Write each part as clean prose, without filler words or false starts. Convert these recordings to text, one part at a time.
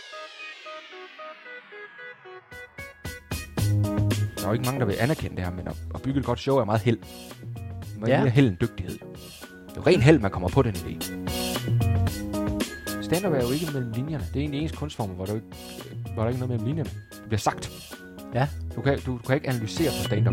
Der er jo ikke mange, der vil anerkende det her, men at bygge et godt show er meget held. Mere held end dygtighed. Det er jo ren held, man kommer på den idé. Stand-up er jo ikke mellem linjerne. Det er en engelsk kunstform, hvor der ikke er noget mellem linjerne. Det bliver sagt. Ja. Du kan ikke analysere på stand-up.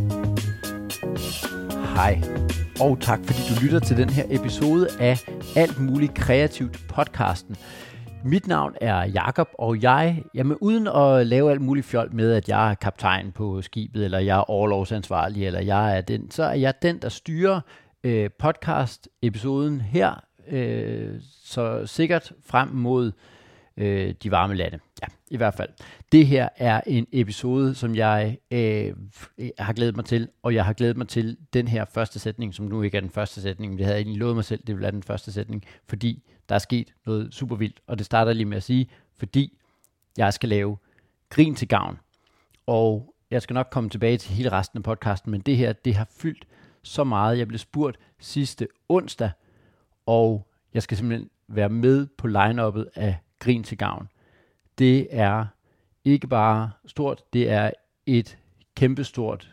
Hej, og tak fordi du lytter til den her episode af Alt Muligt Kreativt podcasten. Mit navn er Jakob, og jamen uden at lave alt muligt fjol med, at jeg er kaptajn på skibet, eller jeg er orlovsansvarlig, eller jeg er den, så er jeg den, der styrer podcast-episoden her, så sikkert frem mod de varme lande. Ja, i hvert fald. Det her er en episode, som jeg har glædet mig til, og jeg har glædet mig til den her første sætning, som nu ikke er den første sætning, men det havde jeg egentlig lovet mig selv, det ville være den første sætning, fordi der er sket noget super vildt, og det starter lige med at sige, fordi jeg skal lave grin til gavn, og jeg skal nok komme tilbage til hele resten af podcasten, men det her, det har fyldt så meget. Jeg blev spurgt sidste onsdag, og jeg skal simpelthen være med på line-uppet af Grin til Gavn. Det er ikke bare stort, det er et kæmpestort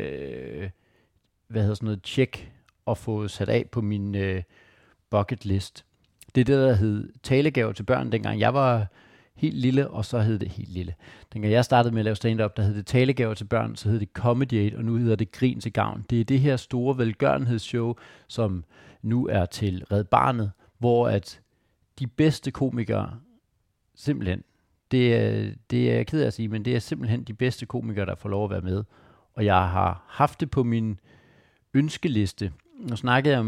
check at få sat af på min bucket list. Det er det, der hed talegaver til børn, dengang jeg var helt lille, og så hed det helt lille. Dengang jeg startede med at lave stand-up, der hed det talegaver til børn, så hed det Comedy Aid, og nu hedder det Grin til Gavn. Det er det her store velgørenhedsshow, som nu er til Red Barnet, hvor at de bedste komikere, simpelthen, det er jeg ked af at sige, men det er simpelthen de bedste komikere, der får lov at være med. Og jeg har haft det på min ønskeliste. Jeg snakkede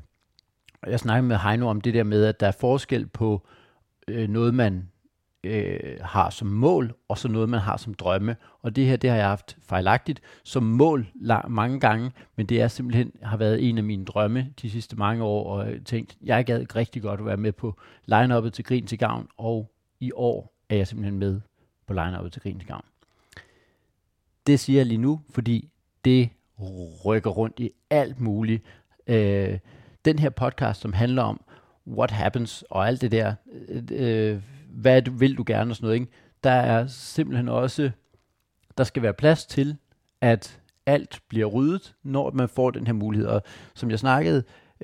med Heino om det der med, at der er forskel på noget, man har som mål, og så noget, man har som drømme. Og det her, det har jeg haft fejlagtigt som mål mange gange, men det er simpelthen har været en af mine drømme de sidste mange år, og jeg tænkt, jeg gad rigtig godt at være med på line-uppet til Grin til Gavn, og i år er jeg simpelthen med på line-uppet til Grin til Gavn. Det siger jeg lige nu, fordi det rykker rundt i alt muligt. Den her podcast, som handler om what happens og alt det der, hvad vil du gerne og sådan noget, ikke? Der er simpelthen også, der skal være plads til, at alt bliver ryddet, når man får den her mulighed. Og som jeg snakkede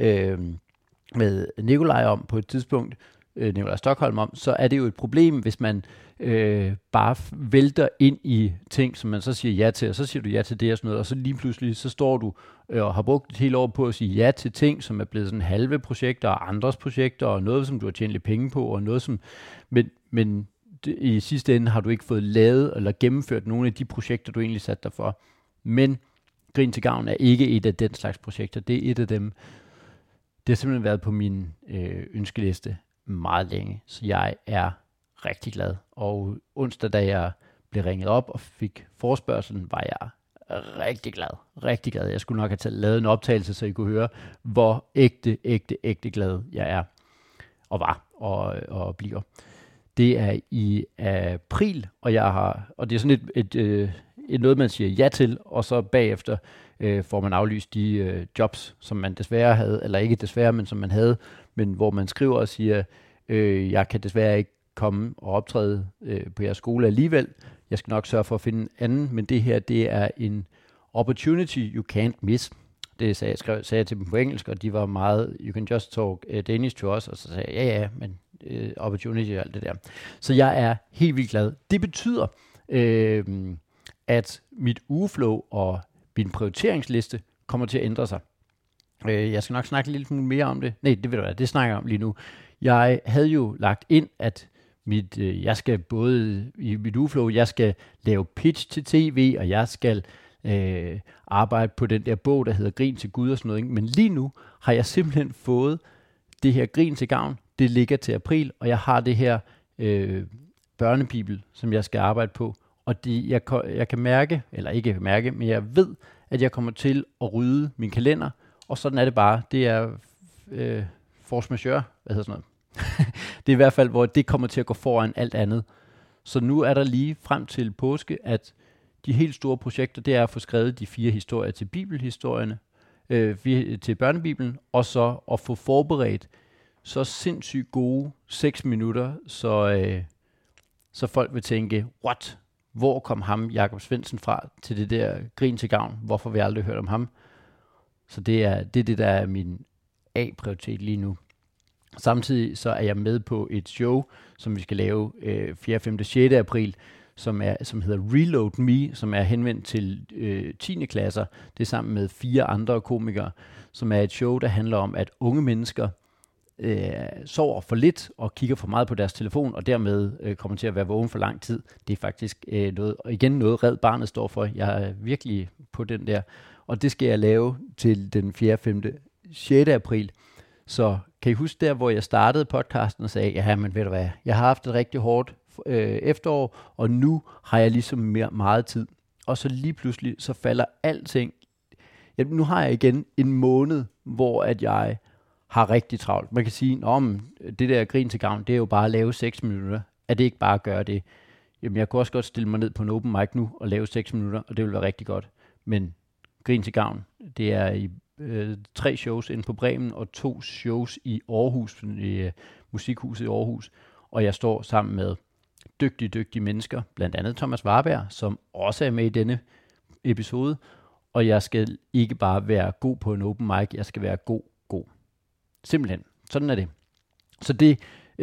med Nikolaj om på et tidspunkt, Nikolaj Stockholm om, så er det jo et problem, hvis man bare vælter ind i ting, som man så siger ja til, og så siger du ja til det og sådan noget, og så lige pludselig, så står du og har brugt et helt år på at sige ja til ting, som er blevet sådan halve projekter og andres projekter, og noget, som du har tjent lidt penge på, og noget, som, men i sidste ende har du ikke fået lavet eller gennemført nogle af de projekter, du egentlig satte dig for. Men Grin til Gavn er ikke et af den slags projekter, det er et af dem. Det har simpelthen været på min ønskeliste meget længe, så jeg er rigtig glad. Og onsdag, da jeg blev ringet op og fik forespørgselen, var jeg rigtig glad. Jeg skulle nok have lavet en optagelse, så I kunne høre, hvor ægte glad jeg er og var og bliver. Det er i april, og det er sådan et noget, man siger ja til, og så bagefter får man aflyst de jobs, som man desværre havde, eller ikke desværre, men som man havde, men hvor man skriver og siger, jeg kan desværre ikke komme og optræde på jeres skole alligevel. Jeg skal nok sørge for at finde en anden, men det her, det er en opportunity you can't miss. Det sagde jeg til dem på engelsk, og de var meget, you can just talk Danish to us, og så sagde jeg, ja, men opportunity og alt det der. Så jeg er helt vildt glad. Det betyder, at mit ugeflow og min prioriteringsliste kommer til at ændre sig. Jeg skal nok snakke lidt mere om det. Nej, det ved du hvad, det snakker jeg om lige nu. Jeg havde jo lagt ind, at jeg skal både i mit ugeflow, jeg skal lave pitch til tv, og jeg skal arbejde på den der bog, der hedder Grin til Gud og sådan noget. Ikke? Men lige nu har jeg simpelthen fået det her Grin til Gavn. Det ligger til april, og jeg har det her børnebibel, som jeg skal arbejde på. Og jeg kan mærke, eller ikke mærke, men jeg ved, at jeg kommer til at rydde min kalender, og sådan er det bare. Det er force majeure, hvad hedder sådan noget. Det er i hvert fald, hvor det kommer til at gå foran alt andet. Så nu er der lige frem til påske, at de helt store projekter, det er at få skrevet de 4 historier til bibelhistorierne, til børnebibelen, og så at få forberedt så sindssygt gode 6 minutter, så så folk vil tænke, what? Hvor kom ham, Jakob Svendsen, fra til det der grin til gavn? Hvorfor har vi aldrig hørt om ham? Så det er det, der er min A-prioritet lige nu. Samtidig så er jeg med på et show, som vi skal lave 4., 5., 6. april, som hedder Reload Me, som er henvendt til 10. klasser. Det er sammen med 4 andre komikere, som er et show, der handler om, at unge mennesker sover for lidt og kigger for meget på deres telefon, og dermed kommer til at være vågen for lang tid. Det er faktisk noget Red Barnet står for. Jeg er virkelig på den der. Og det skal jeg lave til den 4., 5., 6. april. Så kan I huske der, hvor jeg startede podcasten og sagde, ja, men ved du hvad, jeg har haft et rigtig hårdt efterår, og nu har jeg ligesom meget tid. Og så lige pludselig, så falder alting. Ja, nu har jeg igen en måned, hvor at jeg har rigtig travlt. Man kan sige, det der grin til gavn, det er jo bare at lave 6 minutter. Er det ikke bare at gøre det? Jamen, jeg kunne også godt stille mig ned på en open mic nu og lave 6 minutter, og det vil være rigtig godt. Men grin til gavn, det er i 3 shows inde på Bremen og 2 shows i Aarhus, i Musikhuset i Aarhus. Og jeg står sammen med dygtige mennesker, blandt andet Thomas Warberg, som også er med i denne episode. Og jeg skal ikke bare være god på en open mic, jeg skal være god. Simpelthen. Sådan er det. Så det,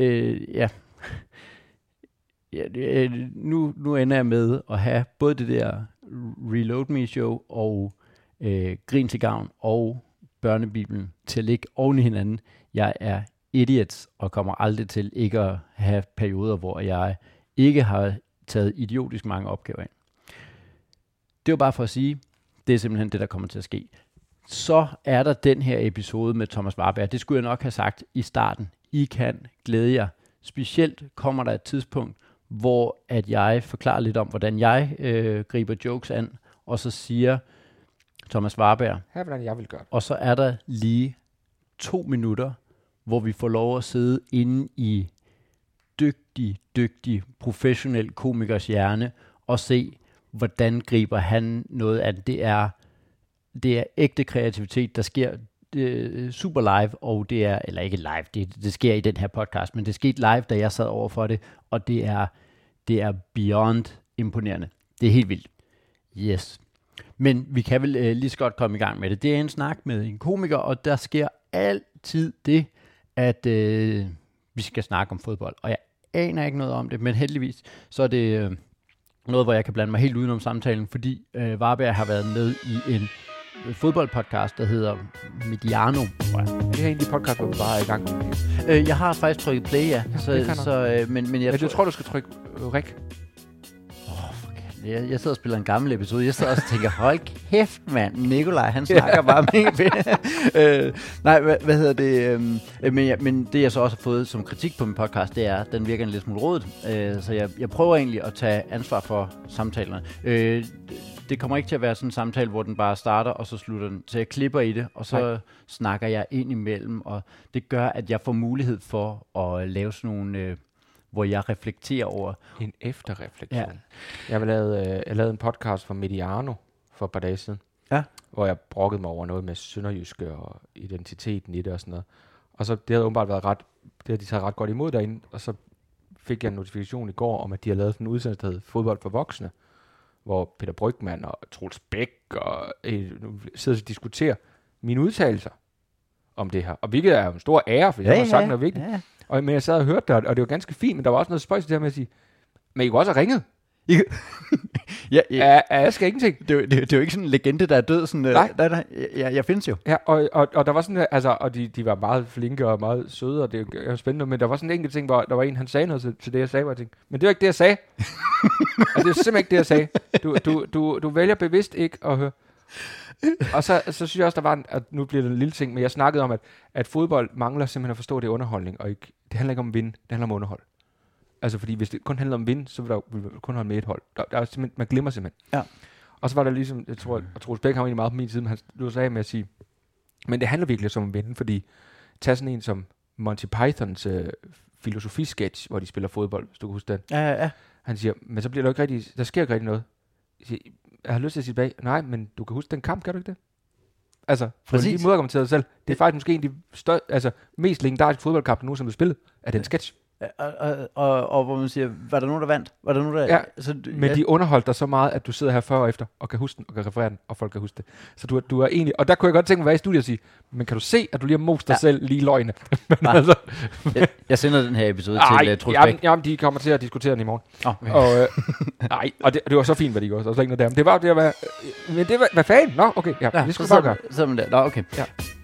nu ender jeg med at have både det der Reload Me show og Grin til gavn og Børnebibelen til at ligge oven i hinanden. Jeg er idiot og kommer aldrig til ikke at have perioder, hvor jeg ikke har taget idiotisk mange opgaver ind. Det var bare for at sige, det er simpelthen det, der kommer til at ske. Så er der den her episode med Thomas Warberg. Det skulle jeg nok have sagt i starten. I kan glæde jer. Specielt kommer der et tidspunkt, hvor at jeg forklarer lidt om, hvordan jeg griber jokes an, og så siger Thomas Warberg. Her hvordan jeg vil gøre det. Og så er der lige 2 minutter, hvor vi får lov at sidde inde i dygtig, professionel komikers hjerne, og se, hvordan griber han noget af det. Det er ægte kreativitet, der sker super live, og det er, eller ikke live, det sker i den her podcast, men det skete live, da jeg sad over for det, og det er beyond imponerende. Det er helt vildt. Yes. Men vi kan vel lige så godt komme i gang med det. Det er en snak med en komiker, og der sker altid det, at vi skal snakke om fodbold. Og jeg aner ikke noget om det, men heldigvis så er det noget, hvor jeg kan blande mig helt udenom samtalen, fordi Warberg har været med i en fodboldpodcast, der hedder Mediano. Er det her egentlig podcast, hvor vi bare er i gang med? Jeg har faktisk trykket play, ja. Men jeg tror, du skal trykke rec. Jeg sidder og spiller en gammel episode. Jeg sidder også og tænker, hold kæft, mand. Nikolaj, han snakker bare med. Nej, hvad hedder det? Men det, jeg så også har fået som kritik på min podcast, det er, at den virker en lille smule rodet. Så jeg prøver egentlig at tage ansvar for samtalerne. Det kommer ikke til at være sådan en samtale, hvor den bare starter, og så slutter den. Så jeg klipper i det, og så snakker jeg ind imellem. Og det gør, at jeg får mulighed for at lave sådan nogle... hvor jeg reflekterer over... En efterreflektion. Ja. Jeg lavede en podcast for Mediano for et par dage siden, hvor jeg brokkede mig over noget med sønderjyske og identiteten i det og sådan noget. Og så det havde åbenbart været det havde de taget ret godt imod derinde, og så fik jeg en notifikation i går om, at de har lavet sådan en udsendelse, der hedder Fodbold for Voksne, hvor Peter Brygmann og Troels Bæk og sidder og diskuterer mine udtalelser om det her. Og hvilket er en stor ære, for jeg har sagt noget vigtigt. Ja. Men jeg sad og hørte det, og det var ganske fint, men der var også noget spøjs der med at sige, men I kunne også have ringet. Jeg skal ingenting. Det er jo ikke sådan en legende, der er død. Sådan, nej. Jeg findes jo. Ja, og der var sådan, og de var meget flinke og meget søde, og det var spændende, men der var sådan en enkelt ting, hvor der var en, han sagde noget til det, jeg sagde, og jeg tænkte, men det var ikke det, jeg sagde. Altså, det er simpelthen ikke det, jeg sagde. Du vælger bevidst ikke at høre. Og så synes jeg også, der var at nu bliver det en lille ting, men jeg snakkede om, at fodbold mangler simpelthen at forstå, det er underholdning, og ikke, det handler ikke om at vinde, det handler om underhold. Altså, fordi hvis det kun handler om vinde, så vil der kun holde med et hold. Der er simpelthen, man glemmer simpelthen. Ja. Og så var der ligesom, jeg tror, at Troels Bæk har egentlig meget på min side, men han sagde med at sige, men det handler virkelig som at vinde, fordi tag sådan en som Monty Pythons filosofi-sketch, hvor de spiller fodbold, hvis du kan huske den. Ja. Han siger, men så bliver der ikke rigtig, der sker ikke rigtig noget. Jeg har lyst til at sige bag, nej, men du kan huske den kamp, kan du ikke det? Altså, for en lige måde at komme til dig selv. Det er faktisk måske en af de mest legendariske fodboldkampe, nu som er spillet, er den sketch. Og hvor man siger, var der nogen, der vandt? Var der nogen, der... Ja, altså, men de underholdt dig så meget, at du sidder her 40 år efter, og kan huske den, og kan referere den, og folk kan huske det. Så du er egentlig... Og der kunne jeg godt tænke mig at være i studiet og sige, men kan du se, at du lige har most dig selv lige løgne? Men altså... jeg sender den her episode til Troels Bæk. Jamen, de kommer til at diskutere den i morgen. Okay. Og det var så fint, hvad de gjorde, så slet ikke noget der. Men det var det at være... Men det var... Hvad fanden? Nå, okay. Ja, det skulle bare gøre. Nå, okay. Ja.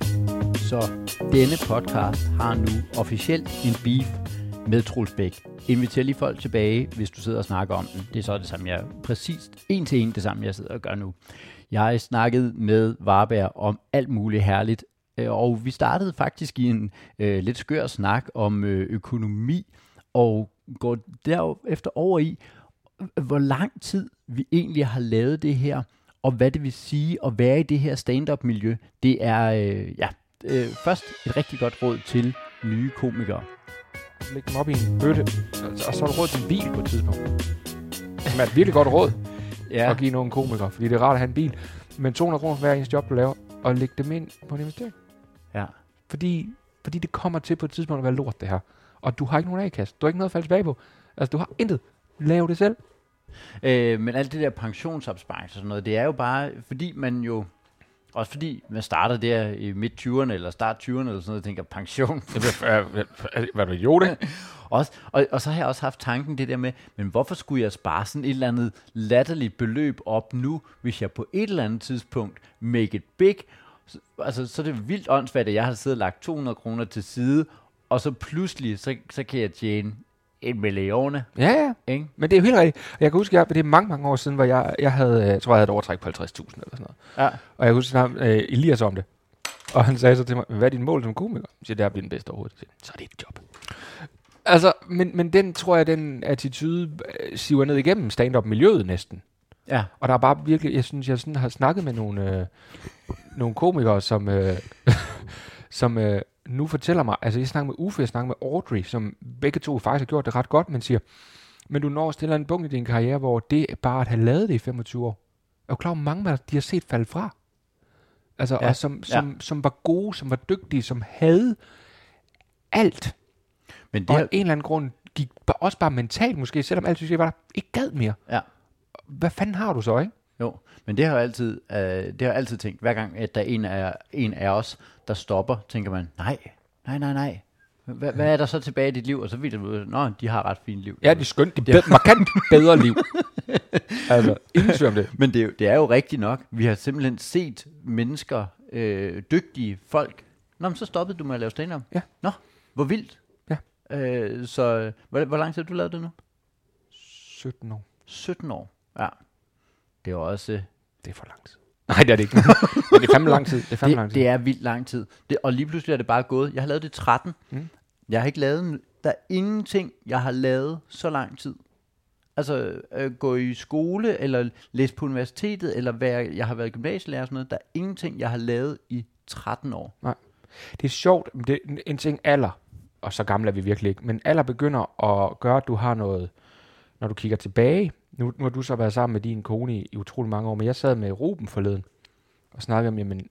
Så denne podcast har nu officielt en beef med Troels Bæk. Inviter lige folk tilbage, hvis du sidder og snakker om den. Det er så det samme, præcis en til en det samme, jeg sidder og gør nu. Jeg har snakket med Varberg om alt muligt herligt, og vi startede faktisk i en lidt skør snak om økonomi, og går derefter over i, hvor lang tid vi egentlig har lavet det her, og hvad det vil sige at være i det her stand-up-miljø. Det er, først et rigtig godt råd til nye komikere. Læg dem op i en bøtte, og så er du råd til en bil på et tidspunkt. Som er et virkelig godt råd at give nogle komikere, fordi det er rart at have en bil. Men 200 kroner for hver eneste job, du laver, og lægge dem ind på en investering. Ja. Fordi det kommer til på et tidspunkt at være lort, det her. Og du har ikke nogen A-kasse. Du har ikke noget at falde tilbage på. Altså, du har intet. Lav det selv. Men alt det der pensionsopsparing og sådan noget, det er jo bare, fordi man jo... Også fordi man starter der i midt-20'erne eller start-20'erne eller sådan noget, og tænker, pension. Hvad er du idiot, ikke? Og så har jeg også haft tanken det der med, men hvorfor skulle jeg spare sådan et eller andet latterligt beløb op nu, hvis jeg på et eller andet tidspunkt make it big? Altså, så er det vildt åndssvagt, at jeg har siddet og lagt 200 kroner til side, og så pludselig, så kan jeg tjene 1 million. Ja. Ikke? Men det er jo helt rigtigt. Jeg kan huske, det er mange år siden, hvor jeg havde et overtræk på 50.000 eller sådan noget. Ja. Og jeg husker Elias om det. Og han sagde så til mig, hvad er dit mål som komiker? Jeg siger, det er at blive den bedste overhovedet. Så er det et job. Altså, men den, tror jeg, den attitude siver ned igennem stand-up-miljøet næsten. Ja. Og der er bare virkelig, jeg synes, jeg sådan har snakket med nogle komikere, som nu fortæller mig, altså jeg snakker med Uffe, jeg snakker med Audrey, som begge to faktisk har gjort det ret godt, men siger, men du når stille en punkt i din karriere, hvor det er bare at have lavet det i 25 år. Er du klar, hvor mange de har set falde fra? Altså, og som var gode, som var dygtige, som havde alt. Men det og af en eller anden grund gik også bare mentalt måske, selvom alt synes jeg var der, ikke gad mere. Ja. Hvad fanden har du så, ikke? Jo, men det har jeg altid tænkt, hver gang at der er en af os, der stopper, tænker man, nej. Hvad er der så tilbage i dit liv? Og så vidt du, de har ret fint liv. Ja, det er skønt. Det er markant bedre liv. Altså, ingen tvivl om det. Men det er jo rigtigt nok. Vi har simpelthen set mennesker, dygtige folk. Nå, men så stoppede du med at lave stand-up. Ja. Nå, hvor vildt. Ja. Så hvor lang tid har du lavet det nu? 17 år. 17 år, ja. Det er også... Det er for lang tid. Nej, det er det ikke. Men det er fandme lang tid. Det er vildt lang tid. Og lige pludselig er det bare gået. Jeg har lavet det 13. Jeg har ikke lavet... Der er ingenting, jeg har lavet så lang tid. Altså, gå i skole, eller læse på universitetet, eller jeg har været gymnasielærer og sådan noget. Der er ingenting, jeg har lavet i 13 år. Nej. Det er sjovt. Det er en ting alder, og så gammel er vi virkelig ikke, men alder begynder at gøre, at du har noget, når du kigger tilbage. Nu har du så været sammen med din kone i utrolig mange år, men jeg sad med Ruben forleden og snakkede om, jamen,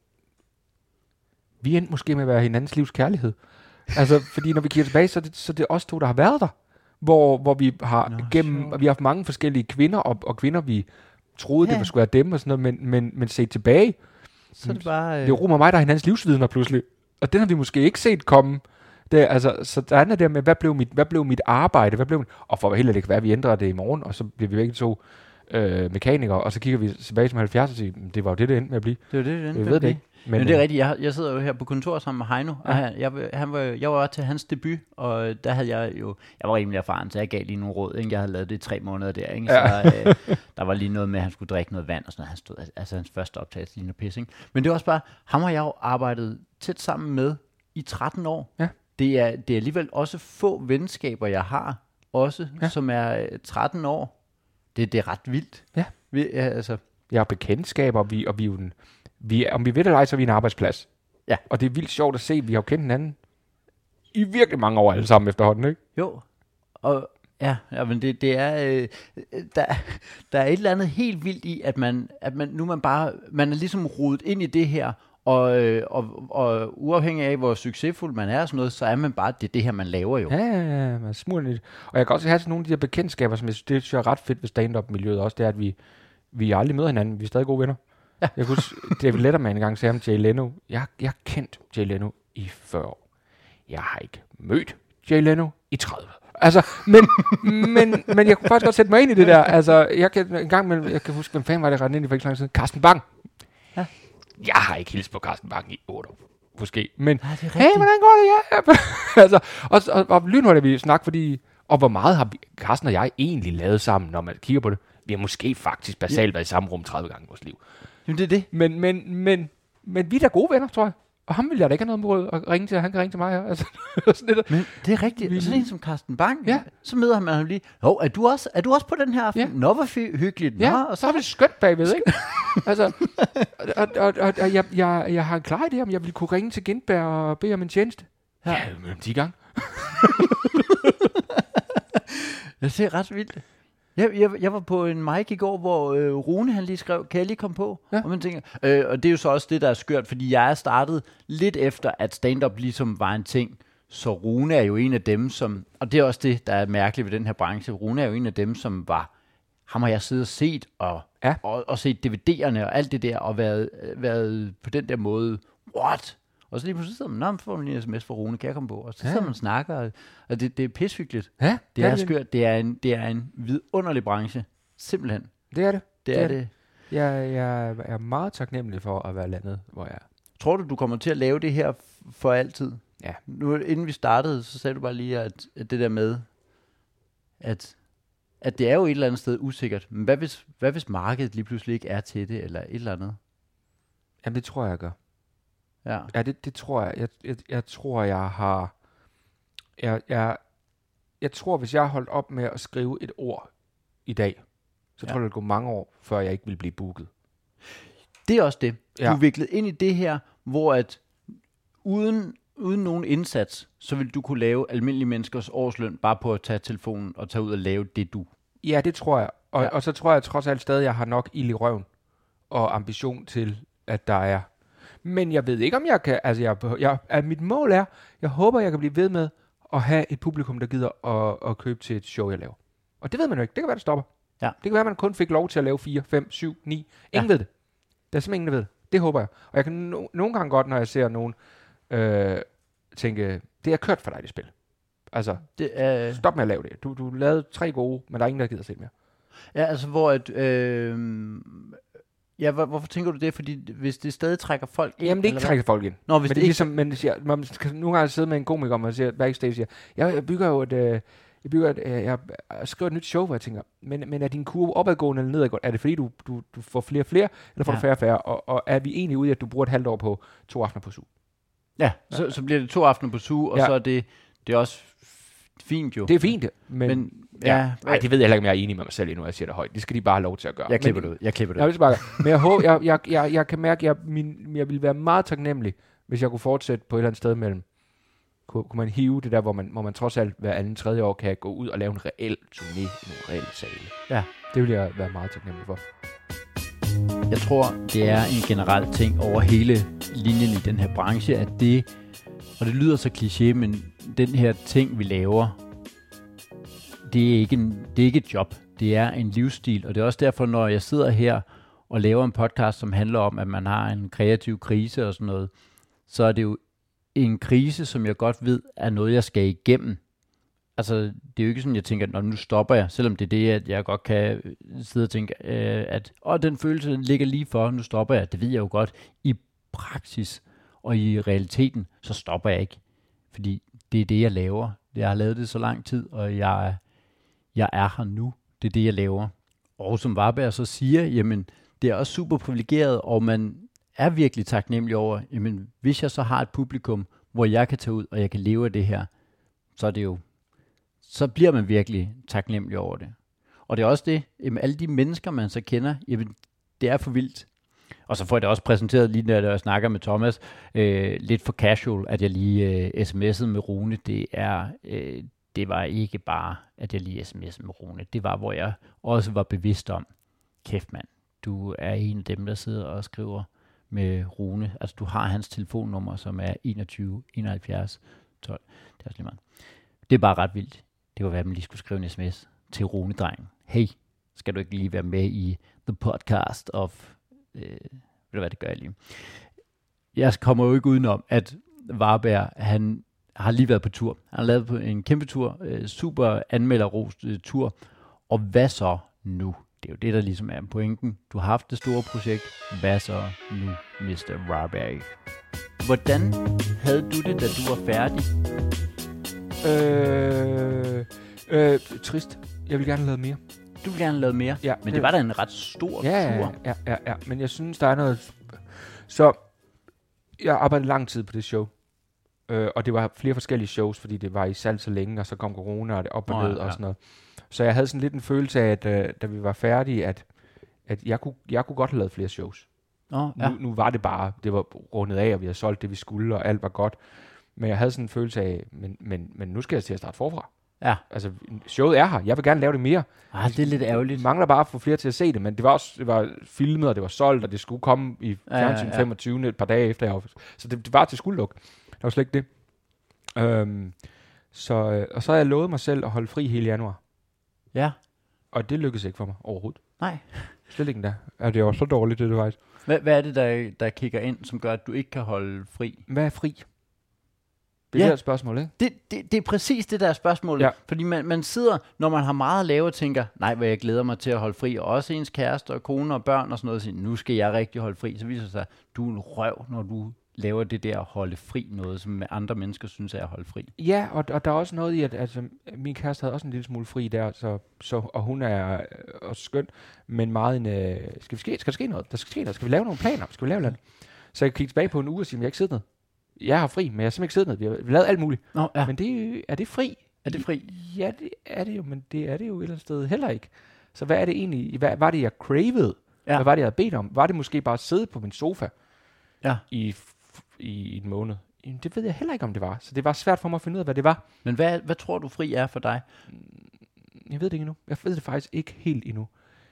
vi endte måske med at være hinandens livs kærlighed. Altså, fordi når vi kigger tilbage, så er det os to, der har været der. Hvor vi har vi har haft mange forskellige kvinder, og kvinder, vi troede, det skulle være dem og sådan noget, men set tilbage, så det bare... Det er Ruben og mig, der er hinandens livsvidner pludselig. Og den har vi måske ikke set komme. Så der er der med, hvad blev mit arbejde, og for at være helt ærlig, hvad vi ændrer det i morgen, og så bliver vi begge to mekanikere, og så kigger vi tilbage som 70 og siger, det var jo det endte med at blive. Det var det endte med at blive. Men det er rigtigt, jeg sidder jo her på kontor sammen med Heino, og jeg var til hans debut, og der havde jeg var rimelig erfaren, så jeg gav lige nogle råd, ikke? Jeg havde lavet det i 3 måneder der, ikke? Så der var lige noget med, at han skulle drikke noget vand, og sådan noget. Han stod, altså hans første optagelse lige noget pis, ikke? Men det var også bare, ham har jeg jo arbejdet tæt sammen med i 13 år. Ja. Det er alligevel også få venskaber, jeg har, også, som er 13 år. Det er ret vildt. Ja. Jeg har bekendtskaber, og om vi ved det eller ej, så er vi en arbejdsplads. Ja. Og det er vildt sjovt at se, vi har jo kendt hinanden i virkelig mange år alle sammen efterhånden, ikke? Jo. Og men det er der er et eller andet helt vildt i, at man er ligesom rodet ind i det her, Og uafhængig af, hvor succesfuld man er og sådan noget, så er man bare, det her, man laver jo. Ja, man er smule. Og jeg kan også have sådan nogle af de her bekendtskaber, som jeg synes, det synes jeg er ret fedt ved stand-up-miljøet også, det er, at vi aldrig møder hinanden. Vi er stadig gode venner. Ja. Jeg kunne huske, David Letterman engang sagde om Jay Leno. Jeg har kendt Jay Leno i 40 år. Jeg har ikke mødt Jay Leno i 30. Altså, men jeg kunne faktisk godt sætte mig ind i det der. Altså, jeg kan huske, hvem fanden var det ret ind i for ikke så lang tid? Carsten Bang. Ja. Jeg har ikke hilst på Carsten Bang i 8 år. Måske. Men, hey, hvordan går det? Ja. Altså, og lynhurtigt vi snakke, fordi, og hvor meget har Carsten og jeg egentlig lavet sammen, når man kigger på det? Vi har måske faktisk basalt været i samme rum 30 gange i vores liv. Jamen, det er det. Men vi er da gode venner, tror jeg. Og ham vil jeg da ikke have noget mod at ringe til, han kan ringe til mig. Altså, sådan lidt. Men det er rigtigt. Sådan en som Carsten Bang, ja. Så møder man ham lige. Er du også på den her aften? Ja. Nå, hvor hyggeligt. Nå, ja, og så er det skønt bagved, ikke? Altså, og jeg har en klar idé om, jeg vil kunne ringe til Gindberg og bede om en tjeneste. Ja, mellem 10 gange. Jeg ser ret vildt. Jeg var på en mic i går, hvor Rune han lige skrev, kan jeg lige komme på? Ja. Og man tænker, og det er jo så også det, der er skørt, fordi jeg er startet lidt efter, at stand-up ligesom var en ting. Så Rune er jo en af dem, som, og det er også det, der er mærkeligt ved den her branche, Rune er jo en af dem, som var, ham har jeg siddet og set, og set DVD'erne og alt det der, og været på den der måde, what? Og så lige pludselig sidder man, får man lige en sms fra Rune, kan jeg komme på? Og så sidder man og snakker, og det er pishyggeligt. Ja, det er skørt. Det er en vidunderlig branche. Simpelthen. Det er det. Det er det. Jeg er meget taknemmelig for at være landet, hvor jeg er. Tror du kommer til at lave det her for altid? Ja. Nu, inden vi startede, så sagde du bare lige, at det der med, at det er jo et eller andet sted usikkert. Men hvad hvis markedet lige pludselig ikke er til det, eller et eller andet? Jamen, det tror jeg gør. Ja, det tror jeg. Jeg tror, jeg har... Jeg tror, hvis jeg holdt op med at skrive et ord i dag, så tror jeg, det vil gå mange år, før jeg ikke vil blive booket. Det er også det. Du er viklet ind i det her, hvor at uden nogen indsats, så vil du kunne lave almindelige menneskers årsløn, bare på at tage telefonen og tage ud og lave det, du... Ja, det tror jeg. Og så tror jeg trods alt stadig, at jeg har nok ild i røven og ambition til, at der er... Men jeg ved ikke, om jeg kan... Altså, mit mål er, jeg håber, jeg kan blive ved med at have et publikum, der gider at købe til et show, jeg laver. Og det ved man jo ikke. Det kan være, det stopper. Ja. Det kan være, at man kun fik lov til at lave 4, 5, 7, 9. Ingen ved det. Der er simpelthen ingen, der ved det. Det håber jeg. Og jeg kan nogle gange godt, når jeg ser nogen tænke, det er kørt for dig, det spil. Altså, stop med at lave det. Du lavede 3 gode, men der er ingen, der gider at se mere. Ja, altså hvor at... hvorfor tænker du det? Fordi hvis det stadig trækker folk ind... Jamen, det ikke trækker folk ind. Nå, hvis men det er ligesom, man siger, man skal nogle gange sidde med en komiker, og man siger, backstage siger, jeg bygger jo jeg skriver et nyt show, hvor jeg tænker, men er din kurve opadgående eller nedadgående? Er det fordi, du får flere, eller får du færre? Og er vi egentlig ude i, at du bruger et halvt år på 2 aftener på SU? Ja, så bliver det 2 aftener på SU, og så er det er også fint jo. Det er fint, men nej, det ved jeg heller ikke, om jeg er enig med mig selv endnu, jeg siger det højt. Det skal de bare have lov til at gøre. Jeg klipper det ud. Men jeg håber, jeg kan mærke, at jeg ville være meget taknemmelig, hvis jeg kunne fortsætte på et eller andet sted mellem. Kunne man hive det der, hvor man trods alt hver anden 3. år kan gå ud og lave en reel turné i nogle reelle sale. Ja, det vil jeg være meget taknemmelig for. Jeg tror, det er en generel ting over hele linjen i den her branche, at det, og det lyder så kliché, men den her ting, vi laver, det er ikke et job. Det er en livsstil, og det er også derfor, når jeg sidder her og laver en podcast, som handler om, at man har en kreativ krise og sådan noget, så er det jo en krise, som jeg godt ved, er noget, jeg skal igennem. Altså, det er jo ikke sådan, jeg tænker, nu stopper jeg, selvom det er det, at jeg godt kan sidde og tænke, at den følelse den ligger lige for, nu stopper jeg. Det ved jeg jo godt. I praksis og i realiteten, så stopper jeg ikke. Fordi det er det, jeg laver. Jeg har lavet det så lang tid, og jeg er her nu. Det er det, jeg laver. Og som Varberg så siger, jamen, det er også super privilegeret, og man er virkelig taknemmelig over, jamen, hvis jeg så har et publikum, hvor jeg kan tage ud, og jeg kan leve af det her, så er det jo, så bliver man virkelig taknemmelig over det. Og det er også det, jamen, alle de mennesker, man så kender, jamen, det er for vildt. Og så får jeg det også præsenteret, lige når jeg snakker med Thomas, lidt for casual, at jeg lige sms'ede med Rune. Det var ikke bare, at jeg lige sms'ede med Rune. Det var, hvor jeg også var bevidst om, kæft mand, du er en af dem, der sidder og skriver med Rune. Altså, du har hans telefonnummer, som er 21 71 12. Det er også lige meget. Det er bare ret vildt. Det kunne være, at man lige skulle skrive en sms til Rune-drengen. Hey, skal du ikke lige være med i the podcast of... ved du hvad, det gør jeg lige. Jeg kommer jo ikke udenom, at Varberg, han har lige været på tur. Han har lavet på en kæmpe tur, super anmelderrost tur. Og hvad så nu? Det er jo det, der ligesom er pointen. Du har haft det store projekt. Hvad så nu, Mr. Varberg? Hvordan havde du det, da du var færdig? Trist. Jeg vil gerne have lavet mere. Du vil gerne lave mere, ja, men det var da en ret stor tur. Ja. Men jeg synes, der er noget... Så jeg arbejdede lang tid på det show. Og det var flere forskellige shows, fordi det var i salg så længe, og så kom corona, og det op og ned og sådan noget. Så jeg havde sådan lidt en følelse af, at da vi var færdige, at jeg kunne godt have lavet flere shows. Nu var det bare, det var rundet af, og vi havde solgt det, vi skulle, og alt var godt. Men jeg havde sådan en følelse af, men nu skal jeg til at starte forfra. Ja. Altså, showet er her. Jeg vil gerne lave det mere. Det er lidt ærgerligt. Vi mangler bare at få flere til at se det, men det var filmet, og det var solgt, og det skulle komme i fjernsyn 25. et par dage efter jeg. Så det var til skuldluk. Det var slet ikke det. Og så har jeg lovet mig selv at holde fri hele januar. Ja. Og det lykkedes ikke for mig overhovedet. Nej. Slet ikke endda. Det var så dårligt, det faktisk. Hvad er det, der kigger ind, som gør, at du ikke kan holde fri? Hvad er fri? Det er et spørgsmål, ikke? Det er præcis det der spørgsmål. Ja. Fordi man sidder, når man har meget at lave, og tænker, nej, hvor jeg glæder mig til at holde fri. Og også ens kæreste og kone og børn og sådan noget, og siger, nu skal jeg rigtig holde fri. Så viser det sig, at du er en røv, når du laver det der at holde fri, noget som andre mennesker synes er at holde fri. Ja, og der er også noget i, at altså, min kæreste havde også en lille smule fri der, og hun er også skøn, men meget en, skal der ske noget? Der skal ske noget. Skal vi lave nogle planer? Skal vi lave noget? Så jeg kan kigge tilbage på en uge og sige, at jeg ikke sidder ned. Jeg har fri, men jeg har simpelthen ikke siddet ned. Vi har lavet alt muligt. Men er det fri? Er det fri? Ja, det er det jo, men det er det jo et eller andet sted heller ikke. Så hvad er det egentlig? Hvad var det, jeg cravede? Ja. Hvad var det, jeg havde bedt om? Var det måske bare at sidde på min sofa i en måned? Det ved jeg heller ikke, om det var. Så det var svært for mig at finde ud af, hvad det var. Men hvad tror du fri er for dig? Jeg ved det ikke endnu. Jeg ved det faktisk ikke helt endnu.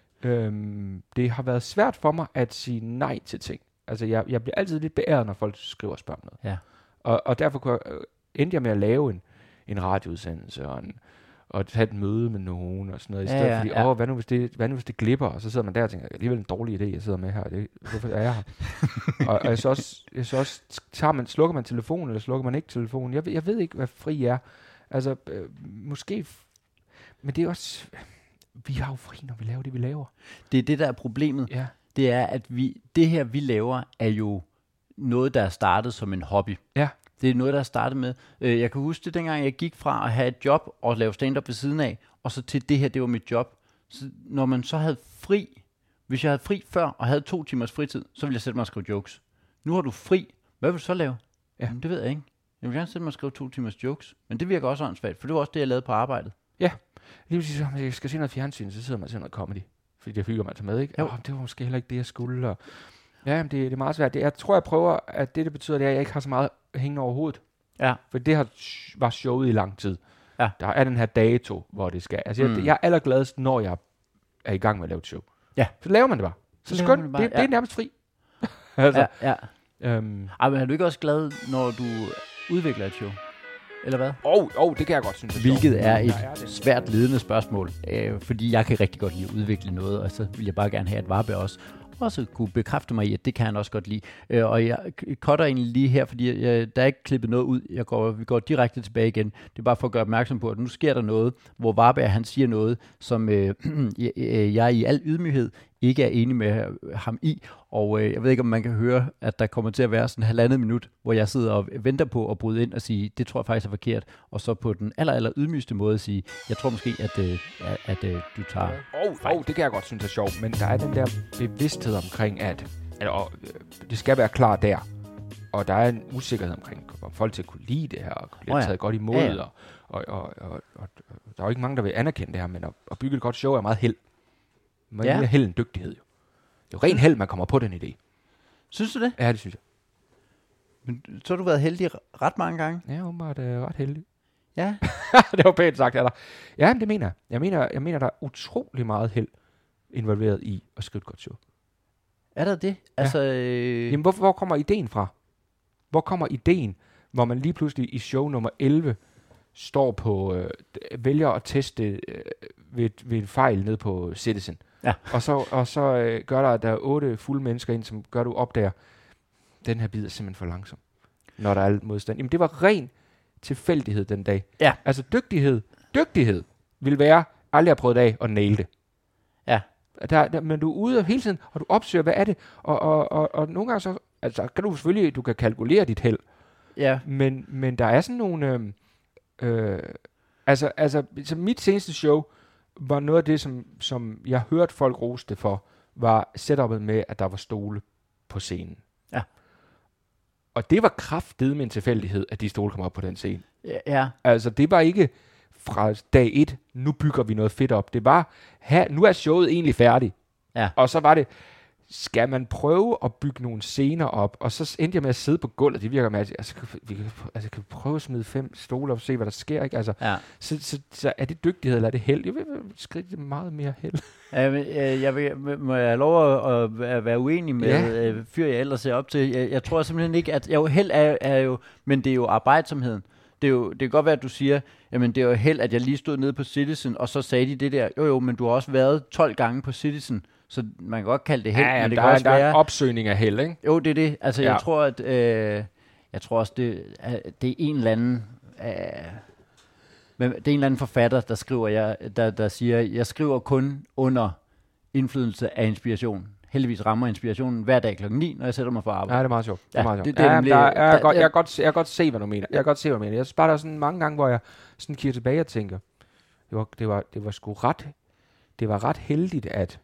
Det har været svært for mig at sige nej til ting. Altså, jeg bliver altid lidt beæret, når folk skriver og spørger noget. Ja. Og derfor endte jeg med at lave en radioudsendelse og tage et møde med nogen og sådan noget. I stedet fordi, hvad nu hvis det glipper? Og så sidder man der og tænker, alligevel en dårlig idé, jeg sidder med her. Hvorfor er jeg her? og jeg så også slukker man telefonen, eller slukker man ikke telefonen? Jeg ved ikke, hvad fri er. Altså, måske... Men det er også... Vi har jo fri, når vi laver det, vi laver. Det er det, der er problemet. Ja. Det er, at det her, vi laver, er jo noget, der er startet som en hobby. Ja. Det er noget, der er startet med. Jeg kan huske det, dengang jeg gik fra at have et job og lave stand-up ved siden af, og så til det her, det var mit job. Så når man så havde fri, hvis jeg havde fri før og havde 2 timers fritid, så ville jeg sætte mig og skrive jokes. Nu har du fri. Hvad vil du så lave? Ja. Jamen, det ved jeg ikke. Jeg vil gerne sætte mig og skrive 2 timers jokes. Men det virker også åndssvagt, for det var også det, jeg lavede på arbejdet. Ja. Lige præcis, hvis jeg skal se noget fjernsyn, så sidder man og ser noget comedy. Fordi det hygger man sig med, ikke? Det var måske heller ikke det, jeg skulle. Og ja, det er meget svært. Jeg tror, jeg prøver, at det betyder, det er, at jeg ikke har så meget hængende over hovedet. Ja. For det var showet i lang tid. Ja. Der er den her dato, hvor det skal. Altså, jeg er allergladest, når jeg er i gang med at lave et show. Ja. Så laver man det bare. Så skønt. Det er nærmest fri. altså. Ja. Men er du ikke også glad, når du udvikler et show? Eller hvad? Det kan jeg godt synes. Hvilket er et svært ledende spørgsmål. Fordi jeg kan rigtig godt lide at udvikle noget, og så vil jeg bare gerne have, at Varberg også kunne bekræfte mig i, at det kan han også godt lide. Og jeg cutter egentlig lige her, fordi der er ikke klippet noget ud. Vi går direkte tilbage igen. Det er bare for at gøre opmærksom på, at nu sker der noget, hvor Varberg han siger noget, som jeg i al ydmyghed ikke er enig med ham i. Og jeg ved ikke, om man kan høre, at der kommer til at være sådan 1,5 minut, hvor jeg sidder og venter på at bryde ind og sige, det tror jeg faktisk er forkert. Og så på den aller ydmygste måde sige, jeg tror måske, at du tager fejl. Det kan jeg godt synes er sjovt, men der er den der bevidsthed omkring, at det skal være klar der. Og der er en usikkerhed omkring, om folk til at kunne lide det her, og blive taget godt imod. Ja. Og der er jo ikke mange, der vil anerkende det her, men at bygge et godt show er meget held. Mere held end dygtighed, jo. Det er jo ren held, man kommer på den idé. Synes du det? Ja, det synes jeg. Men så har du været heldig ret mange gange? Ja, åbenbart ret heldig. Ja. Det var pænt sagt af dig. Ja, det mener jeg. Jeg mener, der er utrolig meget held involveret i at skrive et godt show. Er der det? Ja. Altså, Jamen, hvor kommer ideen fra? Hvor kommer ideen, hvor man lige pludselig i show nummer 11 står på, vælger at teste ved en fejl ned på Citizen. Ja. Og så gør der, at der er 8 fulde mennesker ind, som gør, du opdager, den her bid er simpelthen for langsom, når der er alt modstand. Jamen, det var ren tilfældighed den dag. Ja. Altså, dygtighed vil være, aldrig har prøvet af at nail det. Ja. Men du er ude hele tiden, og du opsøger, hvad er det? Og nogle gange så, altså, kan du selvfølgelig, du kan kalkulere dit held. Ja. Men der er sådan nogle, altså så mit seneste show var noget af det, som jeg hørte folk rose det for, var setup'et med, at der var stole på scenen. Ja. Og det var kraftedeme en tilfældighed, at de stole kom op på den scene. Ja. Altså, det var ikke fra dag 1, nu bygger vi noget fedt op. Det var, nu er showet egentlig færdigt. Ja. Og så var det, skal man prøve at bygge nogle scener op, og så endte jeg med at sidde på gulvet. Det virker med, at kan vi prøve at smide 5 stole op og se, hvad der sker, ikke? Altså, ja. Så er det dygtighed, eller er det held? Jeg vil skrive det meget mere held. Må jeg have lov at være uenig med fyr, jeg ellers ser op til? Jeg tror simpelthen ikke, at held er jo, men det er jo arbejdsomheden. Det kan godt være, at du siger, jamen det er jo held, at jeg lige stod nede på Citizen, og så sagde de det der, jo, men du har også været 12 gange på Citizen, så man kan godt kalde det held, men det kan også være... Der er en opsøgning af held, ikke? Jo, det er det. Altså, jeg tror, at... jeg tror også, det er en eller anden... men det er en eller anden forfatter, der skriver, der siger, jeg skriver kun under indflydelse af inspiration. Heldigvis rammer inspirationen hver dag 9:00, når jeg sætter mig for arbejde. Ja, det er meget sjovt. Jeg kan godt se, hvad du mener. Jeg synes bare, der er sådan mange gange, hvor jeg sådan kigger tilbage og tænker, det var sgu ret heldigt, at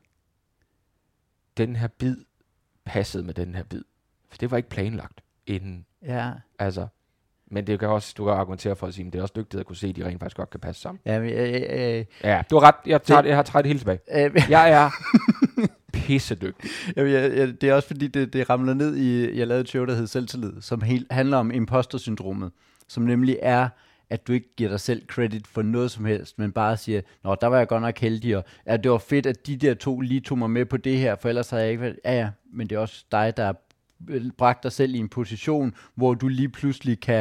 den her bid passede med den her bid. For det var ikke planlagt inden. Ja. Altså, men det kan også, du kan argumentere for at sige, at det er også dygtigt at kunne se, at de rent faktisk godt kan passe sammen. Ja, du har ret. Jeg har træet det hele tilbage. Jeg er pissedygtig. Det er også fordi, det ramler ned i, jeg lavede et show, der hed Selvtillid, som handler om imposter-syndromet, som nemlig er, at du ikke giver dig selv credit for noget som helst, men bare siger, nå, der var jeg godt nok heldig, og ja, det var fedt, at de der 2 lige tog mig med på det her, for ellers havde jeg ikke været, ja, men det er også dig, der har bragt dig selv i en position, hvor du lige pludselig kan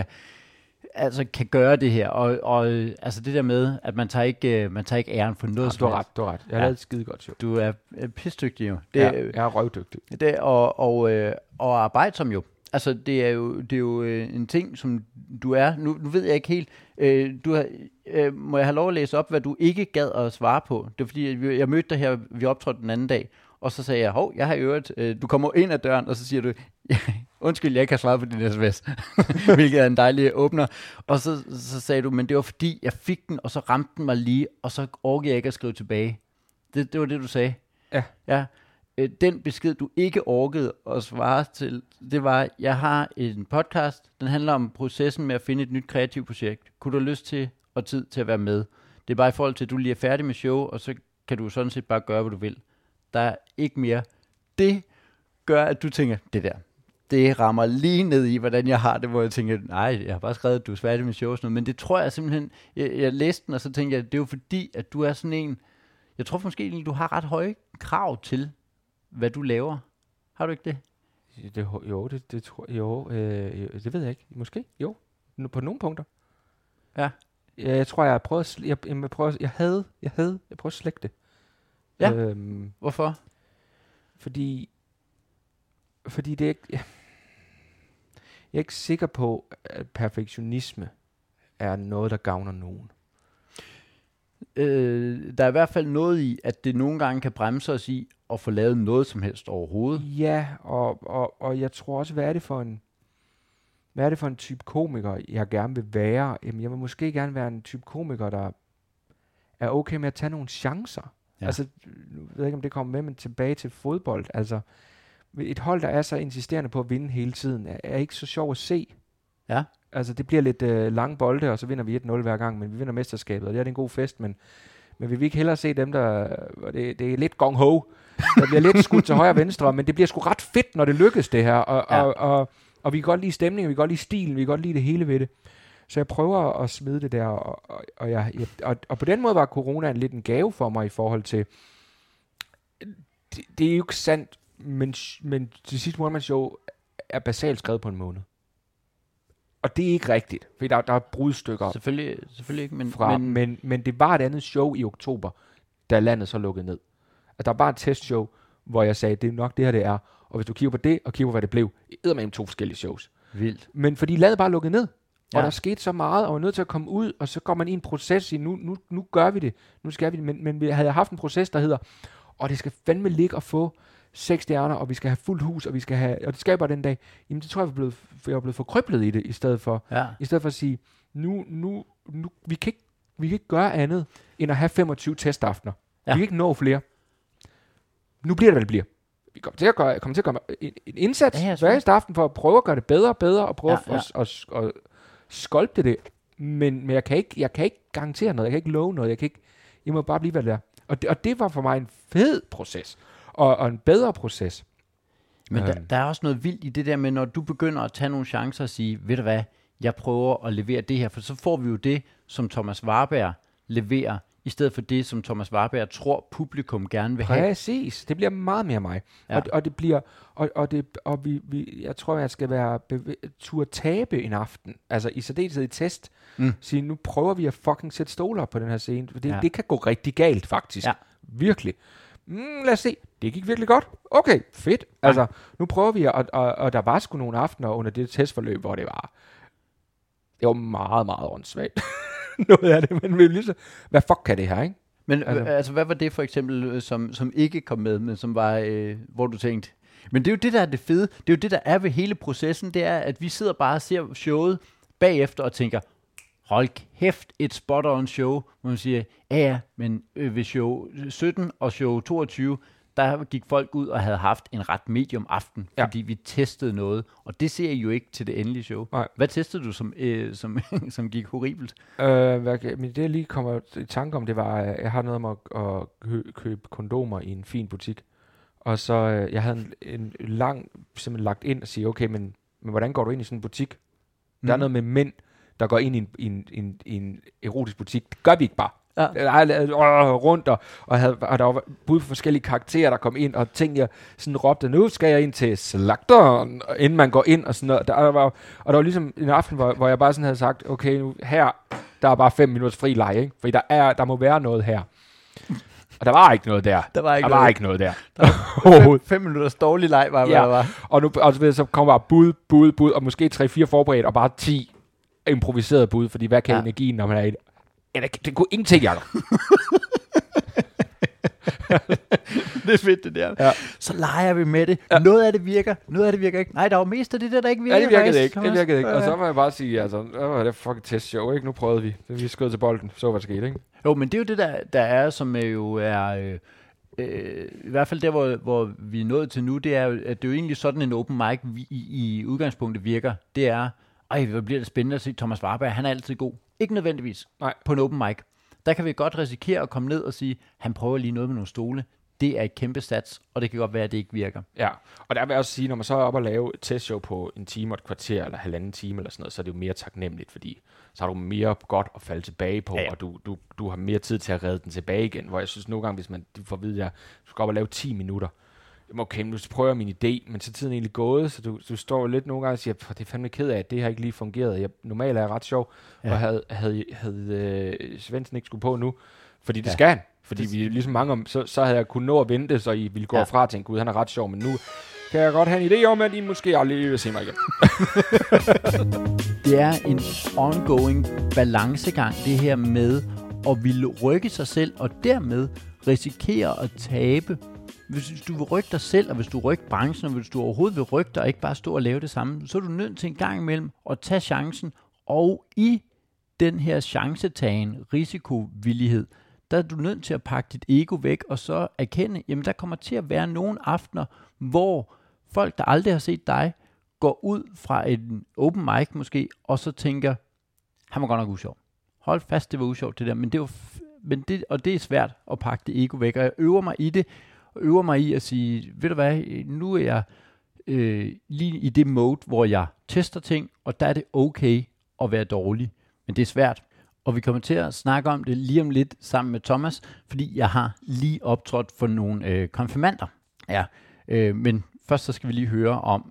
gøre det her, og altså det der med, at man tager ikke æren for noget som helst. Du har ret. Jeg har lavet et skide godt show. Du er pisdygtig jo. Jeg er røvdygtig. Det, og arbejdsom jo. Altså, det er jo en ting, som du er. Nu ved jeg ikke helt. Må jeg have lov at læse op, hvad du ikke gad at svare på? Det er fordi, jeg mødte dig her, vi optrådte den anden dag, og så sagde jeg, jeg har øvet. Du kommer ind ad døren, og så siger du, undskyld, jeg ikke har svaret på din sms, hvilket er en dejlig åbner. Og så sagde du, men det var fordi, jeg fik den, og så ramte den mig lige, og så orkede jeg ikke at skrive tilbage. Det var det, du sagde. Ja. Den besked, du ikke orkede at svare til, det var, jeg har en podcast, den handler om processen med at finde et nyt kreativt projekt. Kunne du have lyst til og tid til at være med? Det er bare i forhold til, at du lige er færdig med show, og så kan du sådan set bare gøre, hvad du vil. Der er ikke mere. Det gør, at du tænker, det rammer lige ned i, hvordan jeg har det, hvor jeg tænker, nej, jeg har bare skrevet, at du er færdig med show og sådan noget, men det tror jeg simpelthen, jeg læste den, og så tænkte jeg, det er jo fordi, at du er sådan en, jeg tror måske, du har ret høje krav til, hvad du laver. Har du ikke det? Det ved jeg ikke. Måske? Jo. På nogle punkter. Ja. Jeg tror, jeg prøver at slække det. Ja. Hvorfor? Fordi det er ikke... Jeg er ikke sikker på, at perfektionisme er noget, der gavner nogen. Der er i hvert fald noget i, at det nogle gange kan bremse os i at få lavet noget som helst overhovedet. Ja, og jeg tror også, hvad er det for en type komiker, jeg gerne vil være? Jamen, jeg vil måske gerne være en type komiker, der er okay med at tage nogle chancer. Ja. Altså, jeg ved ikke, om det kommer med, men tilbage til fodbold. Altså, et hold, der er så insisterende på at vinde hele tiden, er ikke så sjov at se. Ja. Altså, det bliver lidt lange bolde, og så vinder vi 1-0 hver gang, men vi vinder mesterskabet, og det er en god fest, men vi vil ikke hellere se dem, der... Det er lidt gong-ho. Der bliver lidt skudt til højre og venstre, men det bliver sgu ret fedt, når det lykkes, det her. Og vi kan godt lide stemningen, vi kan godt lide stilen, vi kan godt lide det hele ved det. Så jeg prøver at smide det der, og på den måde var corona lidt en gave for mig i forhold til... Det er jo ikke sandt, men til sidst one-man show er basalt skrevet på en måned. Og det er ikke rigtigt, for der er brudstykker. Selvfølgelig ikke, men det var et andet show i oktober, da landet så lukkede ned. At der var bare et testshow, hvor jeg sagde, det er nok det her, det er. Og hvis du kigger på det, og kigger på, hvad det blev, eddermame 2 forskellige shows. Vildt. Men fordi landet bare lukkede ned, og der skete så meget, og var nødt til at komme ud, og så går man i en proces i, nu gør vi det, nu skal vi det. Men vi havde haft en proces, der hedder, og det skal fandme ligge og få 6 stjerner, og vi skal have fuldt hus, og det skal bare den dag. Jamen det tror jeg, jeg er blevet forkryblet i det, i stedet for at sige, nu vi kan ikke gøre andet, end at have 25 testaftener. Vi kan ikke nå flere. Nu bliver det, hvad det bliver. Vi kommer til at gøre en indsats hver aften for at prøve at gøre det bedre og bedre, og prøve at skolpe det. Men jeg kan ikke garantere noget, jeg kan ikke love noget, jeg må bare blive, hvad det er. Og det var for mig en fed proces, og en bedre proces. Men der er også noget vildt i det der med, når du begynder at tage nogle chancer og sige, ved du hvad, jeg prøver at levere det her, for så får vi jo det, som Thomas Warberg leverer, i stedet for det, som Thomas Warberg tror, publikum gerne vil have. Præcis. Det bliver meget mere mig. Ja. Og det bliver, jeg tror, jeg skal være turde tabe en aften. Altså i særdeleshed i test. Sige, nu prøver vi at fucking sætte stoler op på den her scene. For det kan gå rigtig galt, faktisk. Ja. Virkelig. Lad os se. Det gik virkelig godt. Okay, fedt. Ja. Altså, nu prøver vi, og der var sgu nogle aftener under det testforløb, hvor det var meget, meget åndssvagt. Noget af det, men ligesom, hvad fuck kan det her, ikke? Men altså hvad var det for eksempel, som ikke kom med, men som var, hvor du tænkte, men det er jo det, der er det fede, det er jo det, der er ved hele processen, det er, at vi sidder bare og ser showet bagefter og tænker, hold kæft, et spot-on show, hvor man siger, men ved show 17 og show 22, der gik folk ud og havde haft en ret medium aften, fordi vi testede noget, og det ser I jo ikke til det endelige show. Nej. Hvad testede du, som gik horribelt? Men det jeg lige kommer i tanke om, det var, jeg har noget om at købe kondomer i en fin butik, og så jeg havde en lang, simpelthen lagt ind og sige, okay, men hvordan går du ind i sådan en butik? Der er noget med mænd, der går ind i en erotisk butik. Det gør vi ikke bare. Rundt, og der var bud på forskellige karakterer, der kom ind, og ting, jeg sådan råbte, nu skal jeg ind til slagteren, inden man går ind, og sådan noget. Og der var ligesom en aften, hvor jeg bare sådan havde sagt, okay, nu her, der er bare 5 minutters fri leg, ikke? Fordi der må være noget her. Og der var ikke noget der. Der var ikke noget der. 5 minutters dårlig leg var, hvad der var. Og så kommer bare bud, og måske 3-4 forberedt, og bare 10 improviserede bud, fordi hvad kan energien, når man er i det? Det kunne ingenting, Jacob. Det er fedt, det der. Ja. Så leger vi med det. Ja. Noget af det virker ikke. Nej, der var mest af det der ikke virker. Ja, det virkede ikke. Og så må jeg bare sige, altså, det var fucking testshow, ikke? Nu prøvede vi. Vi skød til bolden. Så hvad der skete, ikke? Jo, men det er jo det, der er, som jo er... I hvert fald der, hvor vi er nået til nu, det er jo, at det er jo egentlig sådan en open mic i udgangspunktet virker. Det er, hvor bliver det spændende at se Thomas Warberg. Han er altid god. Ikke nødvendigvis på en open mic. Der kan vi godt risikere at komme ned og sige, han prøver lige noget med nogle stole. Det er et kæmpe stats, og det kan godt være, at det ikke virker. Ja, og der vil jeg også sige, når man så er oppe og lave et testshow på en time og et kvarter, eller 1,5 time eller sådan noget, så er det jo mere taknemmeligt, fordi så har du mere godt at falde tilbage på, og du har mere tid til at redde den tilbage igen, hvor jeg synes nogle gange, hvis man får at vide, at du skal op og lave 10 minutter, okay, nu prøver jeg min idé, men så er tiden egentlig gået, så du står lidt nogle gange og siger, det er fandme ked af, at det har ikke lige fungeret. Normalt er jeg ret sjov, og havde Svendsen ikke skulle på nu, fordi det skal han. Fordi vi ligesom mange om, så havde jeg kunnet nå at vente, så I ville gå fra og tænke, gud, han er ret sjov, men nu kan jeg godt have en idé om, at I måske aldrig vil se mig igen. Det er en ongoing balancegang, det her med at ville rykke sig selv, og dermed risikere at tabe. Hvis du vil rykke dig selv, og hvis du rykker branchen, og hvis du overhovedet vil rykke dig, og ikke bare stå og lave det samme, så er du nødt til en gang imellem at tage chancen, og i den her chancetagen, risikovillighed, der er du nødt til at pakke dit ego væk, og så erkende, jamen der kommer til at være nogle aftener, hvor folk, der aldrig har set dig, går ud fra en open mic måske, og så tænker, han var godt nok usjov. Hold fast, det var usjovt det der, og det er svært at pakke det ego væk, og jeg øver mig i det, og øver mig i at sige, ved du hvad, nu er jeg lige i det mode, hvor jeg tester ting, og der er det okay at være dårlig, men det er svært. Og vi kommer til at snakke om det lige om lidt sammen med Thomas, fordi jeg har lige optrådt for nogle konfirmander. Ja, Men først så skal vi lige høre om,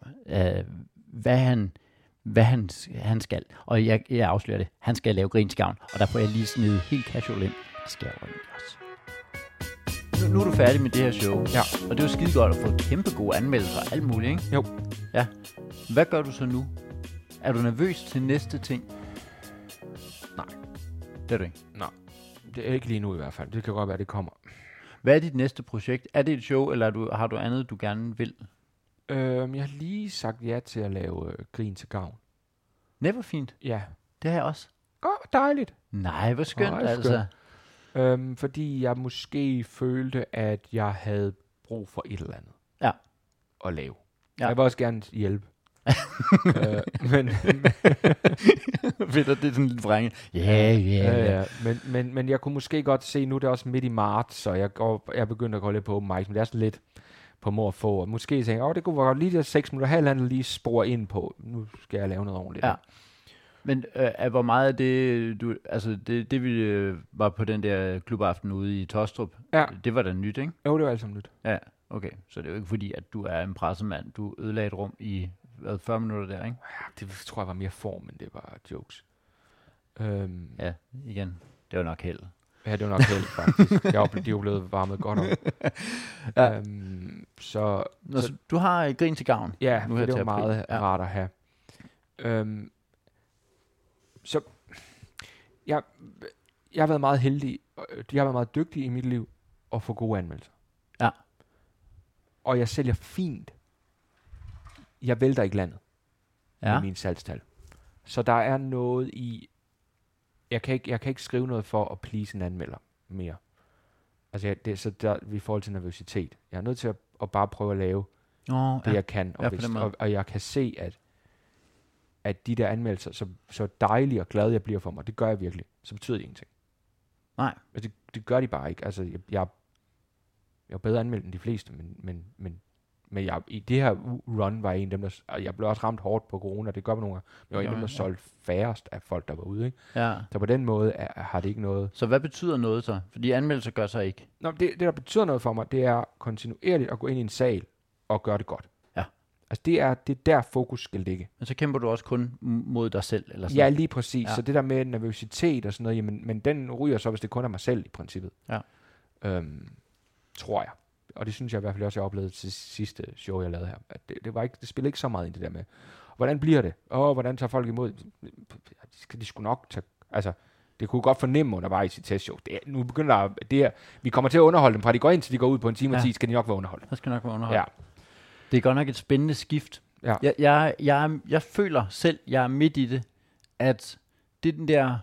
hvad han skal. Og jeg afslører det. Han skal lave grin til gavn, og der får jeg lige snedet helt casual ind. Det skal jeg jo egentlig også. Nu er du færdig med det her show. Ja. Og det er jo skide godt at få kæmpe gode anmeldelser og alt muligt, ikke? Jo. Ja. Hvad gør du så nu? Er du nervøs til næste ting? Nej. Det er du ikke? Nej. Det er ikke lige nu i hvert fald. Det kan godt være, det kommer. Hvad er dit næste projekt? Er det et show, eller har du andet, du gerne vil? Jeg har lige sagt ja til at lave grin til gavn. Never fint. Ja. Det har jeg også. Dejligt. Nej, hvor skønt Skønt. altså. Fordi jeg måske følte, at jeg havde brug for et eller andet. Ja. At lave. Ja. Jeg vil også gerne hjælpe. Men Fedt, det er sådan lidt vrænge. Ja. Men jeg kunne måske godt se, nu er det også midt i marts, så jeg begynder at gå lidt på open mic, men det er sådan lidt på mor og få. Og måske tænke jeg, det kunne være godt lige der 6 minutter, halvandet lige spore ind på. Nu skal jeg lave noget ordentligt. Ja. Men hvor meget af det, det vi var på den der klubaften ude i Tostrup, det var da nyt, ikke? Jo, det var alt sammen nyt. Ja, okay. Så det er jo ikke fordi, at du er en pressemand. Du ødelagde et rum i 40 minutter der, ikke? Ja, det tror jeg var mere form, end det var jokes. Ja, igen. Det var nok held. Ja, det var nok held, faktisk. De er jo blevet varmet godt op. Ja. Så du har grin til gavn. Ja, nu det var meget rart at have. Så jeg har været meget heldig. Jeg har været meget dygtig i mit liv at få gode anmeldelser. Ja. Og jeg sælger fint. Jeg vælter ikke landet med mine salgstal. Så der er noget i... Jeg kan ikke skrive noget for at please en anmelder mere. Altså, så der i forhold til nervøsitet. Jeg er nødt til at bare prøve at lave det, jeg kan. Og jeg kan se, at de der anmeldelser, så dejlige og glade jeg bliver for mig, det gør jeg virkelig. Så betyder det ingenting. Nej. Altså, det gør de bare ikke. Altså, jeg er bedre anmeldt end de fleste, men jeg, i det her run var jeg en af dem, der... Jeg blev også ramt hårdt på corona, det gør man nogle gange. Men jeg var en af dem, der solgte færrest af folk, der var ude, ikke? Ja. Så på den måde har det ikke noget... Så hvad betyder noget så? Fordi anmeldelser gør så ikke. Nå, det, der betyder noget for mig, det er kontinuerligt at gå ind i en sal og gøre det godt. Ja. Altså, det er der fokus skal ligge. Men så kæmper du også kun mod dig selv, eller sådan? Ja, lige præcis. Ja. Så det der med nervøsitet og sådan noget, jamen, men den ryger så, hvis det kun er mig selv i princippet. Ja. Tror jeg. Og det synes jeg i hvert fald også, jeg oplevede til sidste show, jeg lavede her. At det spiller ikke så meget ind det der med, hvordan bliver det? Hvordan tager folk imod? De skulle nok tage... Altså, det kunne godt fornemme undervejs i testshow. Nu begynder vi kommer til at underholde dem, fra de går ind, til de går ud på en time og 10, skal de nok være underholdt. Det skal nok være underholdt. Ja. Det er godt nok et spændende skift. Ja. Jeg føler selv, jeg er midt i det, at det er den der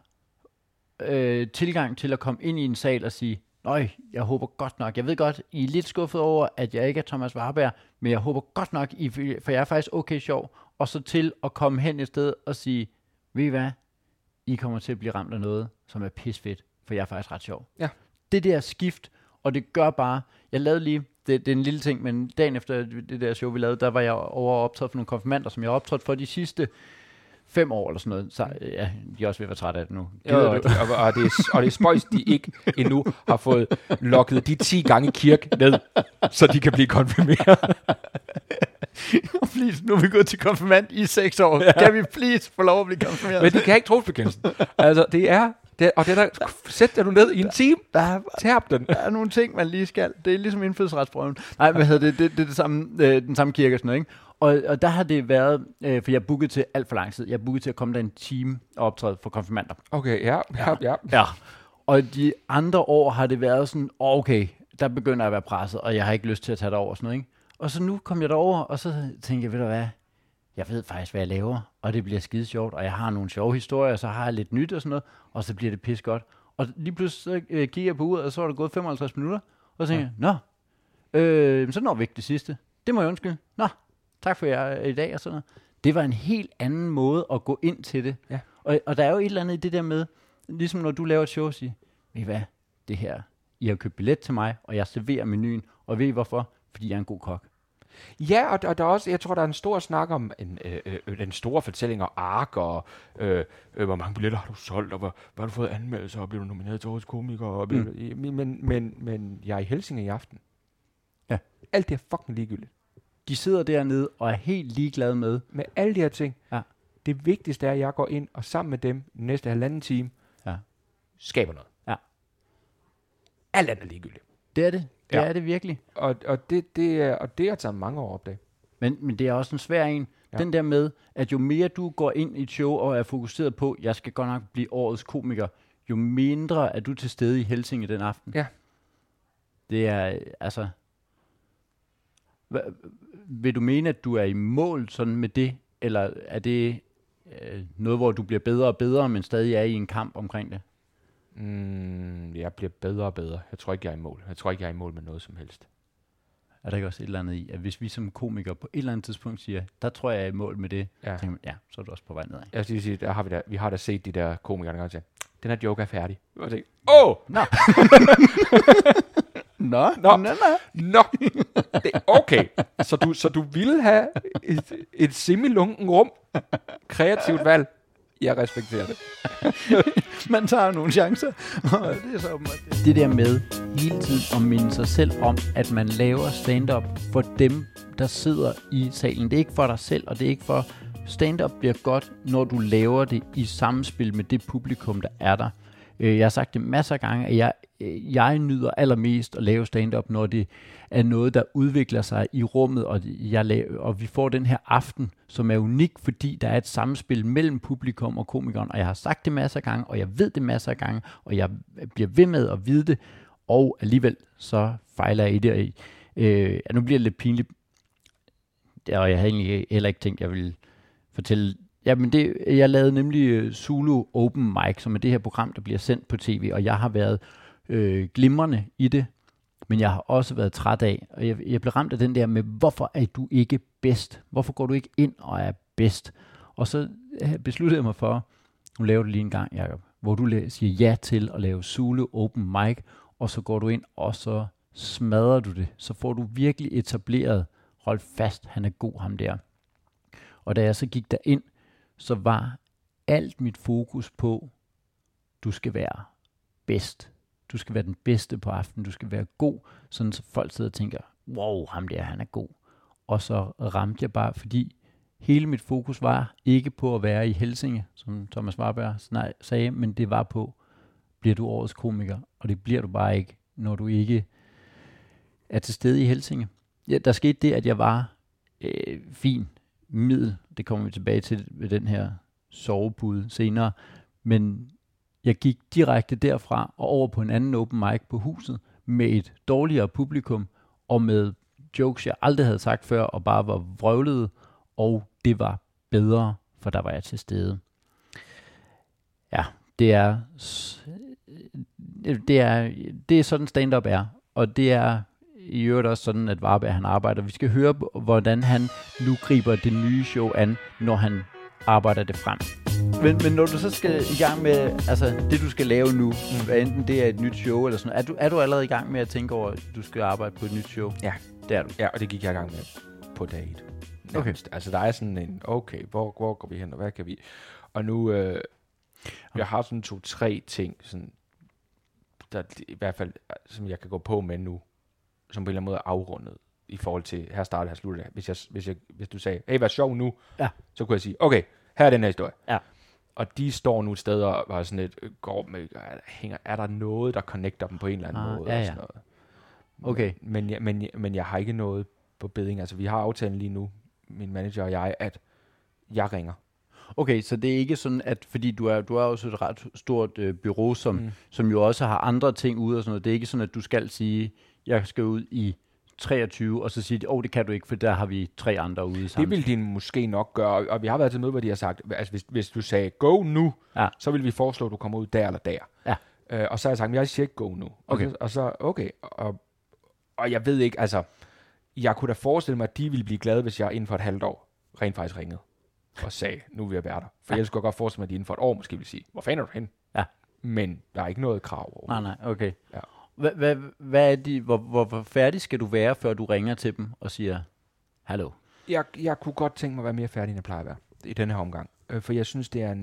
tilgang til at komme ind i en sal og sige, nøj, jeg håber godt nok. Jeg ved godt, I er lidt skuffet over, at jeg ikke er Thomas Warberg, men jeg håber godt nok, for jeg er faktisk okay sjov. Og så til at komme hen et sted og sige, ved I hvad? I kommer til at blive ramt af noget, som er pisfedt, for jeg er faktisk ret sjov. Ja. Det der skift, og det gør bare, jeg lavede lige, det er en lille ting, men dagen efter det der show, vi lavede, der var jeg over optaget for nogle konfirmander, som jeg har optrådt for de sidste 5 år eller sådan noget. Så ja, de er også ved at være trætte af det nu. Og det er spøjs, de ikke endnu har fået lukket de 10 gange kirke ned, så de kan blive konfirmeret. Please, nu er vi gået til konfirmand i 6 år. Ja. Kan vi please få lov at blive konfirmeret? Men de kan ikke trosbekendelsen. Altså, sæt dig du ned i en time. Tærp den. Der er nogle ting, man lige skal. Det er ligesom indfødsretsprøven. Nej, hvad hedder det? Det er det samme, den samme kirke og sådan noget, ikke? Og der har det været, for jeg bookede til alt for lang tid. Jeg bookede til at komme der en time og optræde for konfirmander. Okay, ja. Og de andre år har det været sådan, okay, der begynder jeg at være presset, og jeg har ikke lyst til at tage det over sådan noget, ikke? Og så nu kom jeg derover, og så tænkte jeg, ved du hvad, jeg ved faktisk, hvad jeg laver, og det bliver skide sjovt, og jeg har nogle sjove historier, så har jeg lidt nyt og sådan noget, og så bliver det pis godt. Og lige pludselig så kigger jeg på uret, og så var det gået 55 minutter, og så tænkte jeg, så når vi ikke det sidste. Det må jeg undskylde. Nå, tak for jer i dag og sådan noget. Det var en helt anden måde at gå ind til det. Ja. Og der er jo et eller andet i det der med, ligesom når du laver et show og siger, ved I hvad, det her, I har købt billet til mig, og jeg serverer menuen, og ved I hvorfor? Fordi jeg er en god kok. Ja, og der er også, jeg tror, der er en stor snak om den store fortælling og ark, og hvor mange billetter har du solgt, og hvor har du fået anmeldelser, og bliver du nomineret til årets komiker, og men jeg er i Helsinge i aften. Ja. Alt det er fucking ligegyldigt. De sidder dernede og er helt ligeglade med. Med alle de her ting. Ja. Det vigtigste er, at jeg går ind og sammen med dem næste halvanden time skaber noget. Ja. Alt andet er ligegyldigt. Det er det. Det er det virkelig. Og det har taget mange år at opdage. Men det er også en svær en. Ja. Den der med, at jo mere du går ind i et show og er fokuseret på, jeg skal godt nok blive årets komiker, jo mindre er du til stede i Helsinge den aften. Ja. Det er, altså... Vil du mene, at du er i mål sådan med det, eller er det noget, hvor du bliver bedre og bedre, men stadig er i en kamp omkring det? Jeg bliver bedre og bedre. Jeg tror ikke, jeg er i mål. Jeg tror ikke, jeg er i mål med noget som helst. Er der ikke også et eller andet i, at hvis vi som komikere på et eller andet tidspunkt siger, der tror jeg er i mål med det, tænker man, så er du også på vej nedad. Jeg skal sige, vi har da set de der komikere, der kan sige, den her joke er færdig. Og jeg tænker, Nå. Det er okay. Så du ville have et semilunken rum. Kreativt valg. Jeg respekterer det. Man tager nogle chancer. Det er så det der med hele tiden at minde sig selv om, at man laver stand-up for dem, der sidder i salen. Det er ikke for dig selv, og det er ikke for... Stand-up bliver godt, når du laver det i samspil med det publikum, der er der. Jeg har sagt det masser af gange, at jeg nyder allermest at lave stand-up, når det er noget, der udvikler sig i rummet, og vi får den her aften, som er unik, fordi der er et samspil mellem publikum og komikeren, og jeg har sagt det masser af gange, og jeg ved det masser af gange, og jeg bliver ved med at vide det, og alligevel så fejler jeg i det. Nu bliver det lidt pinligt, og jeg havde egentlig heller ikke tænkt, jeg ville fortælle. Ja, men jeg lavede nemlig Zulu Open Mic, som er det her program, der bliver sendt på tv, og jeg har været glimrende i det, men jeg har også været træt af, og jeg blev ramt af den der med, hvorfor er du ikke bedst? Hvorfor går du ikke ind og er bedst? Og så besluttede jeg mig for, nu laver du lige en gang, Jacob, hvor du siger ja til at lave Zulu Open Mic, og så går du ind, og så smadrer du det. Så får du virkelig etableret, hold fast, han er god, ham der. Og da jeg så gik derind, så var alt mit fokus på, du skal være bedst. Du skal være den bedste på aftenen. Du skal være god, sådan så folk sidder og tænker, wow, ham der, han er god. Og så ramte jeg bare, fordi hele mit fokus var ikke på at være i Helsinge, som Thomas Warberg sagde, men det var på, bliver du årets komiker? Og det bliver du bare ikke, når du ikke er til stede i Helsinge. Ja, der skete det, at jeg var fin, middel. Det kommer vi tilbage til ved den her sovepude senere. Men jeg gik direkte derfra og over på en anden open mic på Huset med et dårligere publikum og med jokes, jeg aldrig havde sagt før og bare var vrøvlede, og det var bedre, for der var jeg til stede. Ja, det er sådan stand-up er, og det er i øvrigt også sådan, at Warberg han arbejder. Vi skal høre, hvordan han nu griber det nye show an, når han arbejder det frem. Men når du så skal i gang med, altså det du skal lave nu, hvad enten det er et nyt show eller sådan noget, er du allerede i gang med at tænke over, at du skal arbejde på et nyt show? Ja, det er du. Ja, og det gik jeg i gang med på dag 1. Okay. Altså der er sådan en, okay, hvor går vi hen, og hvad kan vi? Og nu, jeg har sådan 2-3 ting, sådan, der i hvert fald, som jeg kan gå på med nu, som på en eller anden måde er afrundet i forhold til, her starter, her slutter det. Hvis du sagde, hey, vær sjov nu, så kunne jeg sige, okay, her er den her historie. Ja. Og de står nu et sted og var sådan lidt, går med, er der noget, der connecter dem på en eller anden måde? Ja, og sådan noget. Okay. Men jeg har ikke noget på beding. Altså, vi har aftalen lige nu, min manager og jeg, at jeg ringer. Okay, så det er ikke sådan, at fordi du er også et ret stort bureau, som jo også har andre ting ude og sådan noget. Det er ikke sådan, at du skal sige, jeg skal ud i 23, og så sige, det kan du ikke, for der har vi 3 andre ude sammen. Det vil de måske nok gøre, og vi har været til møde, hvor de har sagt, altså hvis du sagde go nu, så vil vi foreslå, at du kommer ud der eller der. Ja. Og så har jeg sagt, jeg siger ikke go nu. Okay. Og så og jeg ved ikke, altså, jeg kunne da forestille mig, at de ville blive glade, hvis jeg inden for et halvt år rent faktisk ringede og sagde, nu vil jeg være der. For jeg skulle godt forestille mig, at de inden for et år måske ville sige, hvor fanden er du hen? Ja. Men der er ikke noget krav over. Nej, okay. Ja. Hvad er de, hvor færdig skal du være, før du ringer til dem og siger, hallo? Jeg kunne godt tænke mig at være mere færdig, end jeg plejer at være i denne her omgang. For jeg synes, det er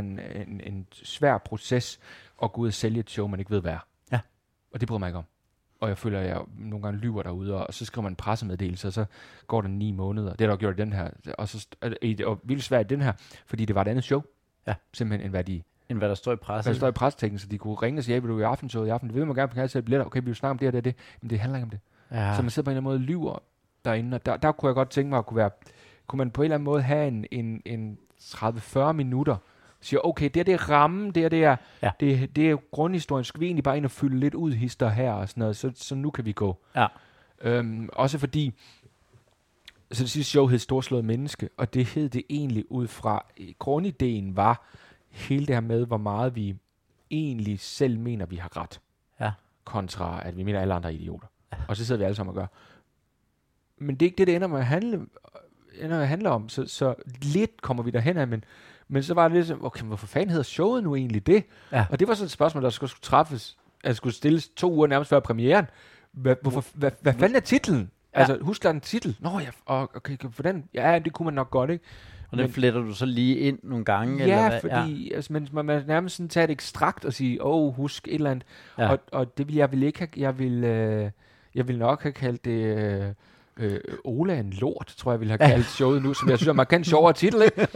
en svær proces at gå ud og sælge et show, man ikke ved hvad er. Ja. Og det bryder mig ikke om. og jeg føler, at jeg nogle gange lyver derude, og så skriver man en pressemeddelelse, og så går der 9 måneder. Det har der gjort i den her, og vildt svært i den her, fordi det var et andet show. Ja. Simpelthen, end hvad der står i pressen. Hvad der står i presseteksten, så de kunne ringe og sige, vil du i aftenshowet i aften? Det vil man gerne, kan jeg sætte billetter. Okay, vi vil snakke om det og det. Men det handler ikke om det. Ja. Så man sidder på en eller anden måde og lyver derinde, og der kunne jeg godt tænke mig at kunne man på en eller anden måde have en 30-40 minutter, siger, okay, det er rammen, det er grundhistorien, skal vi egentlig bare ind og fylde lidt ud hister her og sådan noget, så nu kan vi gå. Ja. Også fordi, så det sidste show hed Storslået Menneske, og det hed det egentlig ud fra, grundideen var hele det her med, hvor meget vi egentlig selv mener, vi har ret. Ja. Kontra, at vi mener, alle andre er idioter. Ja. Og så sidder vi alle sammen og gør. Men det er ikke det ender med at handle om, så lidt kommer vi derhen af, men så var det lidt sådan, okay, hvorfor fanden hedder showet nu egentlig det? Ja. Og det var sådan et spørgsmål, der skulle træffes, altså skulle stilles 2 uger nærmest før premieren. Hvad fanden er titlen? Ja. Altså, husk der en titel. Nå ja, okay, for den, ja, det kunne man nok godt, ikke? Og den fletter du så lige ind nogle gange? Ja, eller hvad? fordi altså, man nærmest sådan tage et ekstrakt og sige, husk et eller andet. Ja. Og det vil jeg vil ikke have, jeg vil nok have kaldt det... Ola en lort, tror jeg ville have kaldt showet nu, som jeg synes er markant sjovere titel, ikke?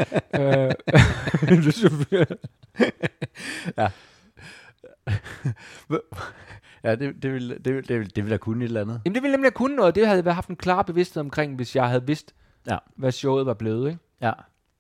Ja. Ja, det ville jeg kunne et eller andet. Jamen det ville nemlig have kunnet noget. Det havde jeg haft en klar bevidsthed omkring, hvis jeg havde vidst, hvad showet var blevet, ikke? Ja.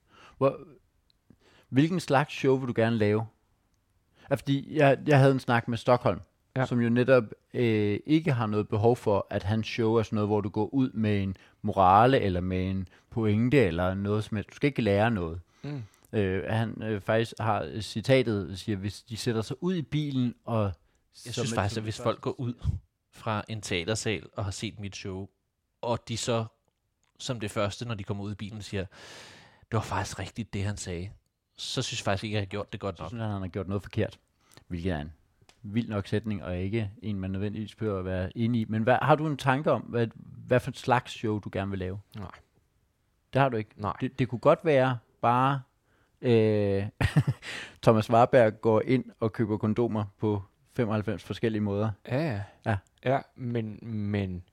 Hvilken slags show vil du gerne lave? Fordi jeg havde en snak med Stockholm, som jo netop ikke har noget behov for, at hans show er sådan noget, hvor du går ud med en morale, eller med en pointe, eller noget som helst. Du skal ikke lære noget. Han faktisk har citatet, siger, hvis de sætter sig ud i bilen, og... Jeg synes faktisk, at hvis folk går ud fra en teatersal og har set mit show, og de så, som det første, når de kommer ud i bilen, siger, det var faktisk rigtigt, det han sagde, så synes jeg faktisk ikke, at jeg har gjort det godt nok. Så synes han har gjort noget forkert, hvilket er en vild nok sætning, og ikke en, man nødvendigvis behøver at være inde i. Men har du en tanke om, hvad for et slags show, du gerne vil lave? Nej. Det har du ikke? Nej. Det kunne godt være bare, Thomas Warberg går ind og køber kondomer på 95 forskellige måder. Ja, men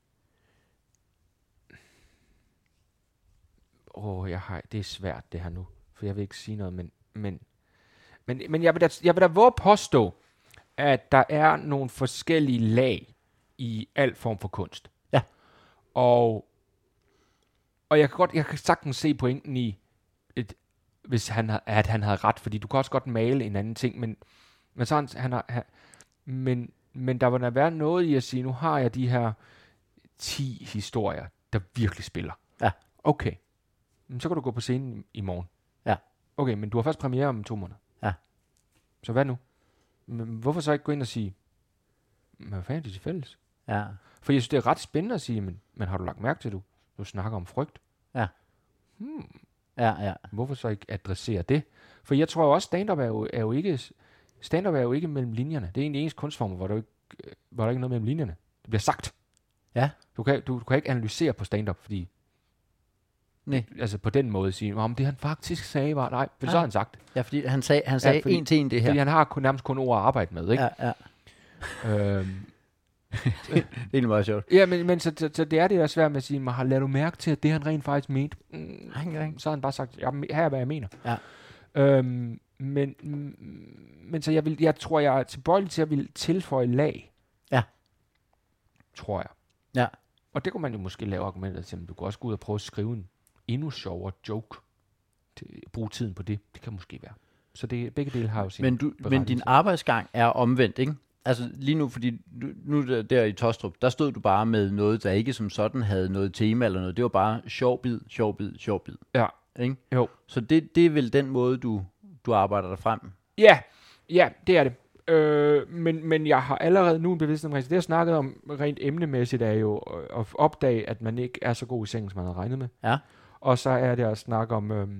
det er svært det her nu, for jeg vil ikke sige noget, men jeg vil da våge påstå, at der er nogle forskellige lag i al form for kunst. Ja. Og jeg kan sagtens se pointen i, hvis han havde ret, fordi du kan også godt male en anden ting, men så men der vil da være noget i at sige, nu har jeg de her 10 historier, der virkelig spiller. Ja. Okay. Men så kan du gå på scenen i morgen. Ja. Okay, men du har først premiere om 2 måneder. Ja. Så hvad nu? Men hvorfor så ikke gå ind og sige, hvad fanden er det til fælles? Ja. For jeg synes, det er ret spændende at sige, men har du lagt mærke til, du snakker om frygt? Ja. Ja. Hvorfor så ikke adressere det? For jeg tror også, stand-up er jo ikke mellem linjerne. Det er en af de eneste kunstformer, hvor der ikke er noget mellem linjerne. Det bliver sagt. Ja. Du kan ikke analysere på stand-up, fordi altså på den måde sige, om det han faktisk sagde var, nej, for så har han sagt. Ja, fordi han sagde en til en det her. Fordi han har nærmest kun ord at arbejde med, ikke? Ja. Det er egentlig meget sjovt. Ja, men så det er det, der er svært med at sige, har ladet du mærke til, at det han rent faktisk mente, så har han bare sagt, her er hvad jeg mener. Ja. Men så jeg tror, jeg er tilbøjelig til at ville tilføje lag. Ja. Tror jeg. Ja. Og det kunne man jo måske lave argumenter til, du kunne også gå ud og prøve at skrive en endnu sjovere joke. Bruge tiden på det. Det kan måske være. Så begge dele har jo sin men din arbejdsgang er omvendt, ikke? Altså lige nu, fordi nu der i Tostrup, der stod du bare med noget, der ikke som sådan havde noget tema eller noget. Det var bare sjov bid. Ja. Ikke? Jo. Så det er vel den måde, du arbejder dig frem? Ja, det er det. Men jeg har allerede nu en bevidsthed omkring det, jeg snakket om rent emnemæssigt, er jo at opdage, at man ikke er så god i sengen, som man havde regnet med. Ja. Og så er det at snakke om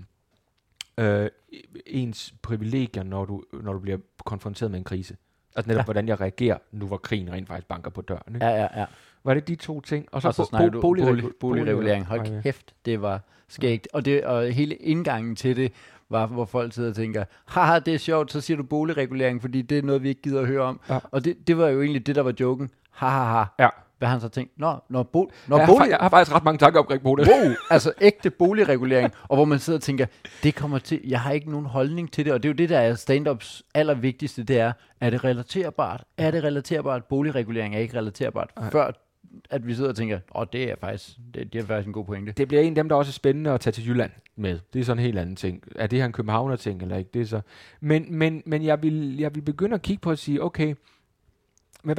ens privilegier, når du bliver konfronteret med en krise. Altså netop, hvordan jeg reagerer, nu hvor krigen rent faktisk banker på døren. Ikke? Ja. Var det de 2 ting? Og så snakker du boligregulering. Hold kæft, det var skægt. Og hele indgangen til det var, hvor folk sidder og tænker, haha, det er sjovt, så siger du boligregulering, fordi det er noget, vi ikke gider at høre om. Ja. Og det var jo egentlig det, der var joken. ha. Ja. Hvad har han så tænkt? Når Jeg bolig... har faktisk ret mange tanker omkring på det. Wow, altså ægte boligregulering, og hvor man sidder og tænker, det kommer til, jeg har ikke nogen holdning til det, og det er jo det, der er stand-ups allervigtigste, det er det relaterbart? Er det relaterbart? Boligregulering er ikke relaterbart, før at vi sidder og tænker, det er faktisk en god pointe. Det bliver en af dem, der også er spændende at tage til Jylland med. Det er sådan en helt anden ting. Er det her en københavner-ting, eller ikke? Det er så... Men jeg vil begynde at kigge på at sige, okay, men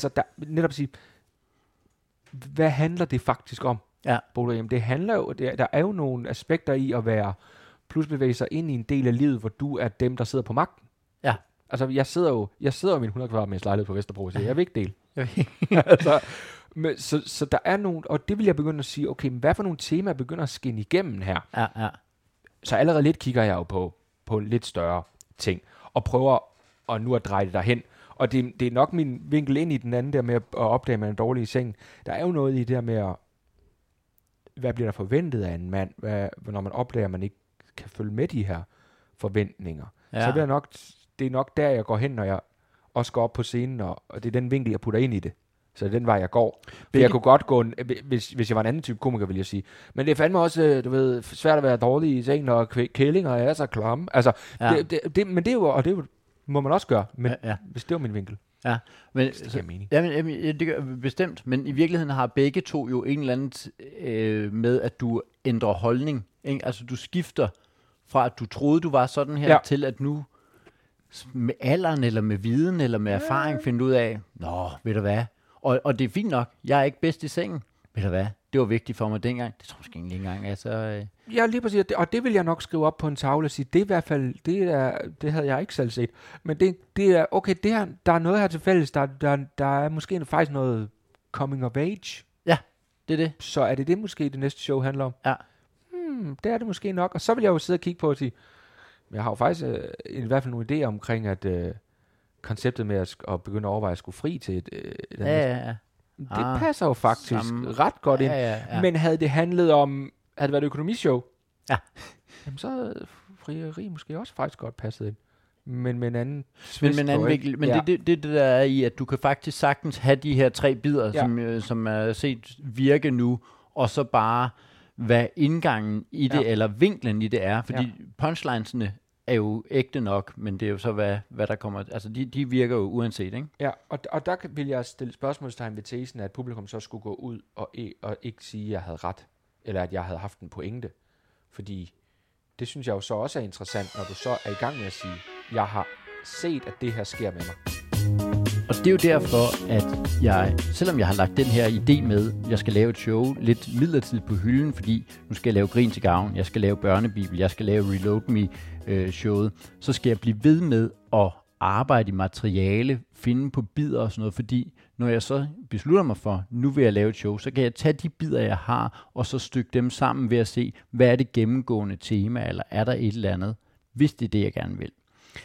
hvad handler det faktisk om? Ja. Jamen, det handler jo, der er jo nogle aspekter i at være, plus bevæge sig ind i en del af livet, hvor du er dem, der sidder på magten. Ja. Altså, jeg sidder jo i min 100 kvadratmeters lejlighed på Vesterbro, og siger, jeg vil ikke dele. Altså, så der er nogle, og det vil jeg begynde at sige, okay, men hvad for nogle temaer begynder at skinne igennem her? Ja. Så allerede lidt kigger jeg jo på lidt større ting, og prøver nu at dreje det derhen. Og det er nok min vinkel ind i den anden der med at opdage, at man er dårlig i sengen. Der er jo noget i det der med hvad bliver der forventet af en mand, når man opdager, at man ikke kan følge med de her forventninger. Ja. Så det er nok der, jeg går hen, når jeg også går op på scenen, og det er den vinkel, jeg putter ind i det. Så det er den vej, jeg går. For jeg kunne godt gå, hvis jeg var en anden type komiker, vil jeg sige. Men det er fandme også, svært at være dårlig i sengen, og kællinger er så klamme. Altså, ja. Men det er jo, og det er jo, må man også gøre, men hvis det var min vinkel. Ja, men det giver mening. Jamen, det gør bestemt, men i virkeligheden har begge to jo en eller anden med, at du ændrer holdning. Ikke? Altså, du skifter fra, at du troede, du var sådan her, til at nu med alderen, eller med viden, eller med erfaring, finde ud af, ved du hvad? Og det er fint nok, jeg er ikke bedst i sengen. Ved du hvad? Det var vigtigt for mig dengang. Det tror jeg måske ikke engang. Ja, lige præcis. Og det vil jeg nok skrive op på en tavle og sige, det er i hvert fald, det havde jeg ikke selv set. Men det er, okay, der er noget her til fælles. Der er måske faktisk noget coming of age. Ja, det er det. Så er det måske, det næste show handler om? Ja. Det er det måske nok. Og så vil jeg jo sidde og kigge på og sige, jeg har jo faktisk i hvert fald nogle idéer omkring, at konceptet med at begynde at overveje at skulle fri til et ja. Det passer jo faktisk ret godt ind. Ja. Men havde det handlet om, havde det været et økonomishow, jamen så havde frieri måske også faktisk godt passet ind. Men med en anden twist. Men det der er i, at du kan faktisk sagtens have de her 3 bidder, som er set virke nu, og så bare hvad indgangen i det, eller vinklen i det er. Fordi punchlinesene er jo ægte nok, men det er jo så, hvad der kommer... Altså, de virker jo uanset, ikke? Ja, og der vil jeg stille spørgsmålstegn ved tesen, at publikum så skulle gå ud og ikke sige, at jeg havde ret, eller at jeg havde haft en pointe. Fordi det synes jeg jo så også er interessant, når du så er i gang med at sige, jeg har set, at det her sker med mig. Og det er jo derfor, at selvom jeg har lagt den her idé med, jeg skal lave et show lidt midlertidigt på hylden, fordi nu skal jeg lave Grin til Gavn, jeg skal lave Børnebibel, jeg skal lave Reload Me showet, så skal jeg blive ved med at arbejde i materiale, finde på bidder og sådan noget, fordi når jeg så beslutter mig for, nu vil jeg lave et show, så kan jeg tage de bidder, jeg har, og så stykke dem sammen ved at se, hvad er det gennemgående tema, eller er der et eller andet, hvis det er det, jeg gerne vil.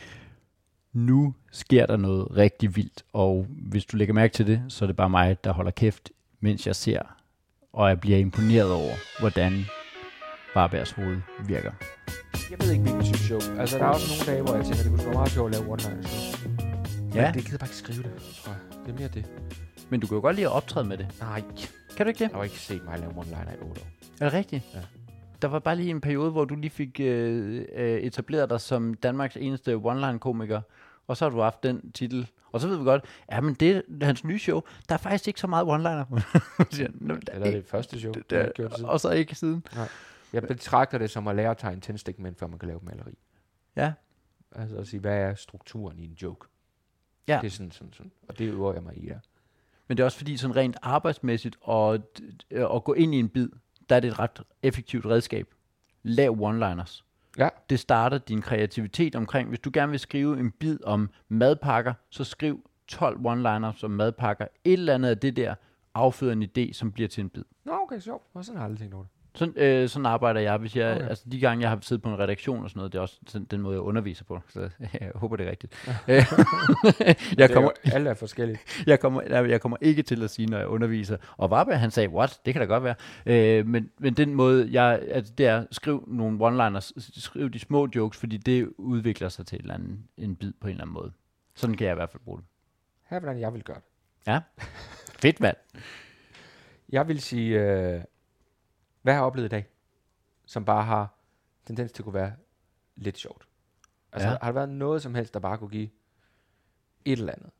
Nu sker der noget rigtig vildt, og hvis du lægger mærke til det, så er det bare mig, der holder kæft, mens jeg ser, og jeg bliver imponeret over, hvordan Varbergs hoved virker. Jeg ved ikke, hvilken type show. Altså, der er også nogle dage, hvor jeg tænker, det kunne være meget sjovt at lave one-liner show. Ja. Men det gider bare ikke skrive det, tror jeg. Det er mere det. Men du kan jo godt lide at optræde med det. Nej. Kan du ikke det? Jeg har ikke set mig lave one-liner i 8 år. Er det rigtigt? Ja. Der var bare lige en periode, hvor du lige fik etableret dig som Danmarks eneste one-line-komiker, og så har du haft den titel. Og så ved vi godt, men det er hans nye show. Der er faktisk ikke så meget one-liner. Eller det første show. Og så ikke siden. Nej. Jeg betragter det som at lære at tegne tændstikmænd, før man kan lave maleri. Ja. Altså at sige, hvad er strukturen i en joke? Ja. Det er sådan. Og det øver jeg mig i, Men det er også fordi, sådan rent arbejdsmæssigt, og at gå ind i en bid, der er det et ret effektivt redskab. Lav one-liners. Ja. Det starter din kreativitet omkring. Hvis du gerne vil skrive en bid om madpakker, så skriv 12 one-liners om madpakker. Et eller andet af det der afføder en idé, som bliver til en bid. Nå, okay, sjovt. Sådan har jeg aldrig tænkt over det. Sådan arbejder jeg, hvis jeg, altså de gange jeg har siddet på en redaktion og sådan noget, det er også sådan, den måde jeg underviser på, så jeg håber det er rigtigt. Alle er forskellige. Jeg kommer ikke til at sige, når jeg underviser, og Varberg han sagde, what, det kan da godt være, men den måde, det er, skriv nogle one-liners, skriv de små jokes, fordi det udvikler sig til en bid på en eller anden måde. Sådan kan jeg i hvert fald bruge det. Her er, hvordan jeg vil gøre det. Ja. Fedt, mand. Jeg vil sige, hvad har jeg oplevet i dag, som bare har tendens til at kunne være lidt sjovt? Altså, Ja. har der været noget som helst, der bare kunne give et eller andet?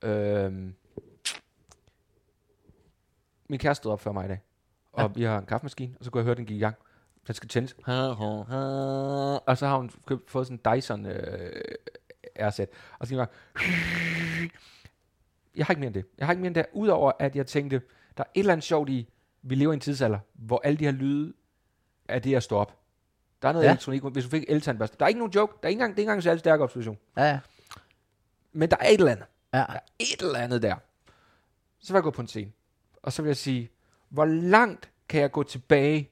Min kæreste stod op før mig i dag, og vi har en kaffemaskine, og så kunne jeg høre, den gik i gang. Den skal tændes. Og så har hun fået sådan en Dyson airsæt. Og så gik den bare... Jeg har ikke mere end det. Jeg har ikke mere end det, udover at jeg tænkte, der er et eller andet sjovt i, vi lever i en tidsalder, hvor alle de her lyde er det at stå op. Der er noget elektronik, hvis du fik eltandbørste. Der er ikke nogen joke. Det er ikke engang en særlig stærk observation. Ja. Men der er et eller andet. Ja. Der er et eller andet der. Så vil jeg gå på en scene. Og så vil jeg sige, hvor langt kan jeg gå tilbage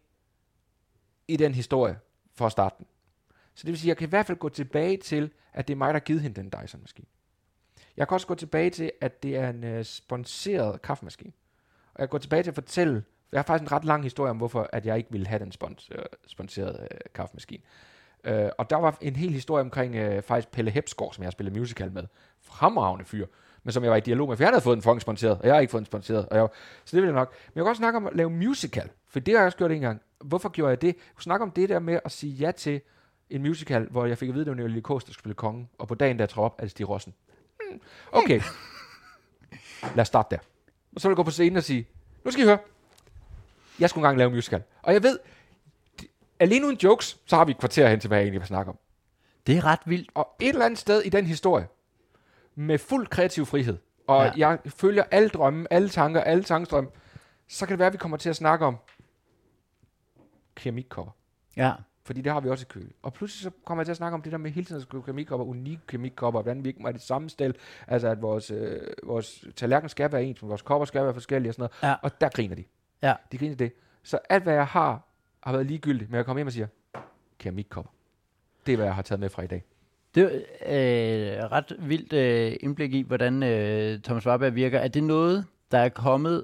i den historie for at starte den? Så det vil sige, jeg kan i hvert fald gå tilbage til, at det er mig, der har givet hende den Dyson-maskine. Jeg kan også gå tilbage til, at det er en sponseret kaffemaskine. Og jeg går tilbage til at fortælle, jeg har faktisk en ret lang historie om, hvorfor at jeg ikke ville have den sponserede kaffemaskine. Og der var en hel historie omkring faktisk Pelle Hepsgaard, som jeg har spillet musical med. Fremragende fyr, men som jeg var i dialog med, for jeg havde fået den fucking sponsoreret, og jeg har ikke fået den sponsoreret. Så det vil jeg nok. Men jeg kan også snakke om at lave musical, for det har jeg også gjort en gang. Hvorfor gjorde jeg det? Jeg kunne snakke om det der med at sige ja til en musical, hvor jeg fik at vide, at det var Niels Kås, der skulle spille kongen, og på dagen der trådte op, altså Stig Rossen. Okay. Lad os starte der. Og så vil jeg gå på scenen og sige, nu skal I høre, jeg skulle engang lave en musical. Og jeg ved, alene uden jokes, så har vi et kvarter hen til, hvad jeg egentlig vil snakke om. Det er ret vildt. Og et eller andet sted i den historie, med fuld kreativ frihed, og jeg følger alle drømme, alle tanker, alle tankstrøm, så kan det være, at vi kommer til at snakke om keramikkopper. Ja. Fordi det har vi også i køle. Og pludselig så kommer jeg til at snakke om det der med hele tiden at skrive keramikkopper, unikke keramikkopper, hvordan vi ikke må have det samme sted, altså at vores tallerken skal være ens, men vores kopper skal være forskellige og sådan noget. Ja. Og der griner de. Ja. De griner det. Så alt hvad jeg har været ligegyldigt, men jeg kommer hjem og siger, keramikkopper. Det er, hvad jeg har taget med fra i dag. Det er ret vildt indblik i, hvordan Thomas Warberg virker. Er det noget, der er kommet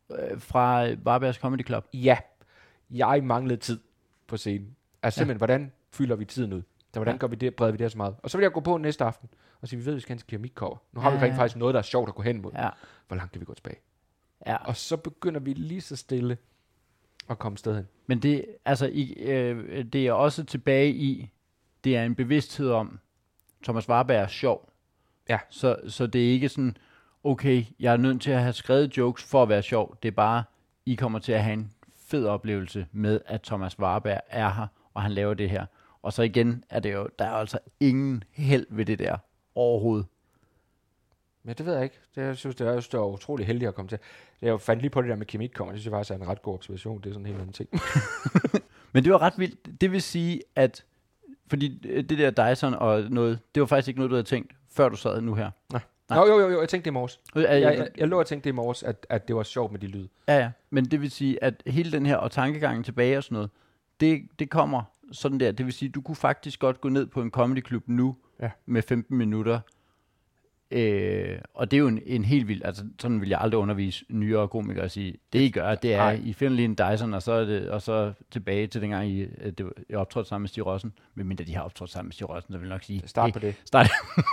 fra Warbergs Comedy Club? Ja, jeg manglede tid på scenen. Altså simpelthen, hvordan fylder vi tiden ud? Hvordan gør vi det, breder vi det så meget? Og så vil jeg gå på næste aften og sige, vi ved, at vi skal have en keramikkopper. Nu har vi rent faktisk noget, der er sjovt at gå hen mod. Ja. Hvor langt kan vi gå tilbage? Ja. Og så begynder vi lige så stille at komme sted hen. Men det, altså, det er også tilbage i, det er en bevidsthed om, Thomas Warberg er sjov. Ja. Så det er ikke sådan, okay, jeg er nødt til at have skrevet jokes for at være sjov. Det er bare, I kommer til at have en fed oplevelse med, at Thomas Warberg er her, og han laver det her. Og så igen er det jo, der er altså ingen held ved det der overhovedet. Men det ved jeg ikke. Jeg synes, det er utrolig heldigt at komme til. Jeg fandt lige på det der med keramikkopper. Det synes jeg faktisk er en ret god observation. Det er sådan en helt anden ting. Men det var ret vildt. Det vil sige, at fordi det der Dyson og noget, det var faktisk ikke noget, du havde tænkt, før du sad nu her. Nej. Jo, jeg tænkte det i morges. Jeg lå og tænkte det i morges, at det var sjovt med de lyd. Ja. Men det vil sige, at hele den her, og tankegangen tilbage og sådan noget, det kommer sådan der. Det vil sige, du kunne faktisk godt gå ned på en comedyklub nu, med 15 minutter. Og det er jo en helt vild, altså sådan vil jeg aldrig undervise nyere komikere at sige, det I gør, det er, I finder lige en Dyson, og så tilbage til dengang I optrådte sammen med Stig Rossen, medmindre de har optrådt sammen med Stig Rossen, så vil jeg nok sige, Start på det. Start.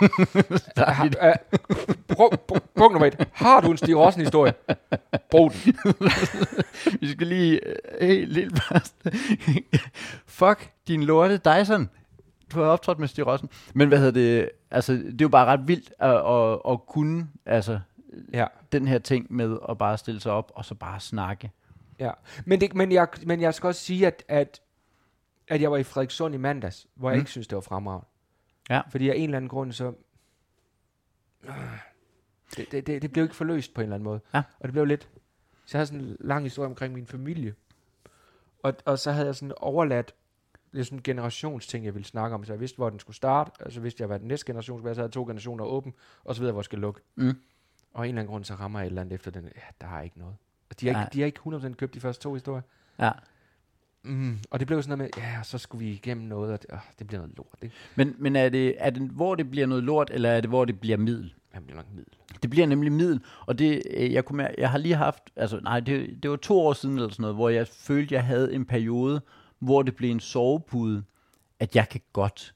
Punkt nummer 1. Har du en Stig Rossen-historie? Brug den. Vi skal lige helt først. Fuck din lorte Dyson. Du har optrådt med Stig Rossen. Men hvad hedder det? Altså, det er jo bare ret vildt at kunne, altså, den her ting med at bare stille sig op, og så bare snakke. Ja, men jeg skal også sige, at jeg var i Frederikssund i mandags, hvor jeg ikke synes, det var fremragende. Ja. Fordi af en eller anden grund, så... Det blev ikke forløst på en eller anden måde. Ja. Og det blev lidt... Så jeg havde sådan en lang historie omkring min familie. Og så havde jeg sådan overladt... Det er sådan en generationsting, jeg ville snakke om. Så jeg vidste, hvor den skulle starte. Og så vidste jeg, hvad den næste generation skulle være. Så havde 2 generationer åben. Og så videre, hvor jeg skal lukke. Og af en eller anden grund, så rammer jeg et eller andet efter den. Ja, der er ikke noget. Og de har ikke 100% købt de første 2 historier. Ja. Og det blev sådan noget med, så skulle vi igennem noget, og det bliver noget lort, ikke? Men er det, hvor det bliver noget lort, eller er det, hvor det bliver middel? Det bliver nok middel. Det bliver nemlig middel, og det, jeg har lige haft, det var 2 år siden eller sådan noget, hvor jeg følte, jeg havde en periode, hvor det blev en sovepude, at jeg kan godt,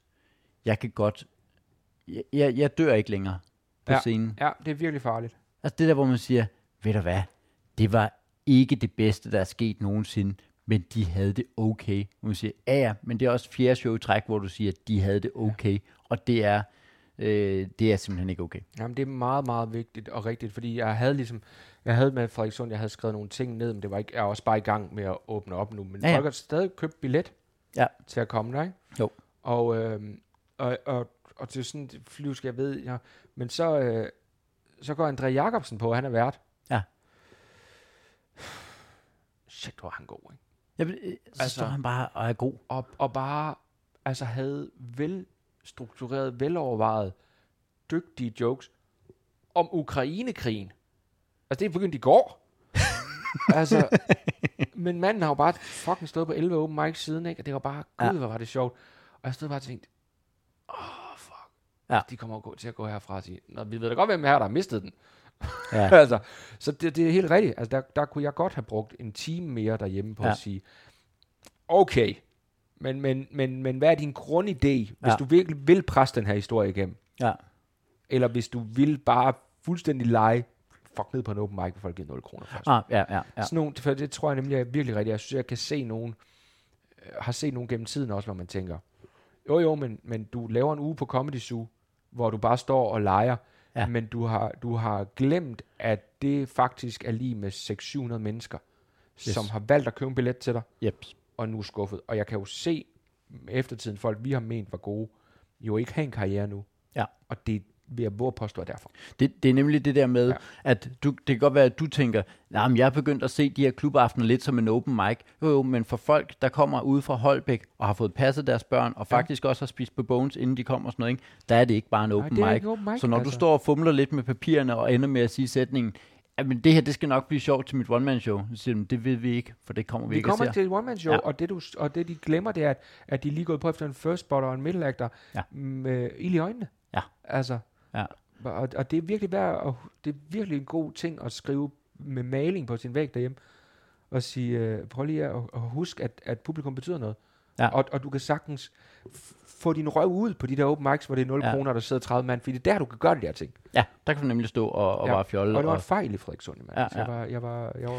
jeg dør ikke længere på scenen. Ja, det er virkelig farligt. Altså det der, hvor man siger, ved du hvad, det var ikke det bedste, der er sket nogensinde, men de havde det okay. Og man siger, ja, men det er også fjerde show i træk, hvor du siger, at de havde det okay, og det er simpelthen ikke okay. Jamen, det er meget, meget vigtigt og rigtigt, fordi jeg havde med Frederikssund, jeg havde skrevet nogle ting ned, men det var ikke, jeg er også bare i gang med at åbne op nu, men folk har stadig købt billet til at komme der, ikke? Jo. Og det er sådan, det flyvsk, jeg ved, ja. Men så går André Jacobsen på, han er vært. Ja. Shit, hvor er han god, ikke? Jamen, så står han bare og er god. Og bare, altså havde velstruktureret, velovervejet, dygtige jokes om Ukrainekrigen. Altså, det er begyndt i går. Altså, men manden har jo bare fucking stået på 11 open mics siden, ikke? Og det var bare, gud, hvor var det sjovt. Og jeg stod bare og tænkte, fuck. Ja. De kommer til at gå herfra og sige, nå, vi ved da godt, hvem her, der har mistet den. Ja. Altså, så det er helt rigtigt. Altså, der kunne jeg godt have brugt en time mere derhjemme på at sige, okay, men hvad er din grundidé, hvis du virkelig vil presse den her historie igennem? Ja. Eller hvis du vil bare fuldstændig lege, fuck ned på en open mic, hvor folk giver 0 kroner først. Sådan nogle, for det tror jeg nemlig er virkelig rigtigt. Jeg synes, jeg kan se nogen, har set nogen gennem tiden også, hvor man tænker, jo, men du laver en uge på Comedy Zoo, hvor du bare står og leger, men du har glemt, at det faktisk er lige med 600-700 mennesker, som har valgt at købe en billet til dig, og nu er skuffet. Og jeg kan jo se eftertiden, folk vi har ment var gode, jo ikke har en karriere nu. Ja. Og det vil jeg våge påstå derfor. Det er nemlig det der med, at det kan godt være, at du tænker, men jeg er begyndt at se de her klubaftener lidt som en open mic. Jo, men for folk, der kommer ude fra Holbæk og har fået passet deres børn, og faktisk også har spist på bones, inden de kommer og sådan noget, ikke? Der er det ikke bare en open mic. Så når du står og fumler lidt med papirerne og ender med at sige sætningen, men det her, det skal nok blive sjovt til mit one-man-show. Så siger de, det ved vi ikke, for det kommer vi ikke at se. Vi kommer til et one-man-show, og det de glemmer, det er, at de lige gået på efter en first spotter og en middle actor med ild i øjnene. Ja. Altså, og det er virkelig det er virkelig en god ting at skrive med maling på sin væg derhjemme, og sige, prøv lige at huske, at publikum betyder noget. Ja. Og du kan sagtens få din røv ud på de der open mics, hvor det er 0 kroner, der sidder 30 mand, fordi det er der, du kan gøre de der ting. Ja, der kan du nemlig stå og bare fjolle. Og det var en fejl i Frederikssund, mand. Jeg var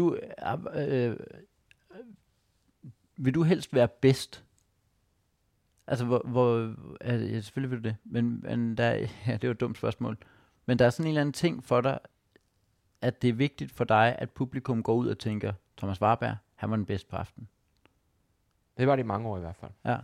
vil du helst være bedst? Altså, selvfølgelig vil du det, men der, det er jo et dumt spørgsmål. Men der er sådan en eller anden ting for dig, at det er vigtigt for dig, at publikum går ud og tænker, Thomas Warberg, han var den bedste på aftenen. Det var det i mange år i hvert fald. Ja.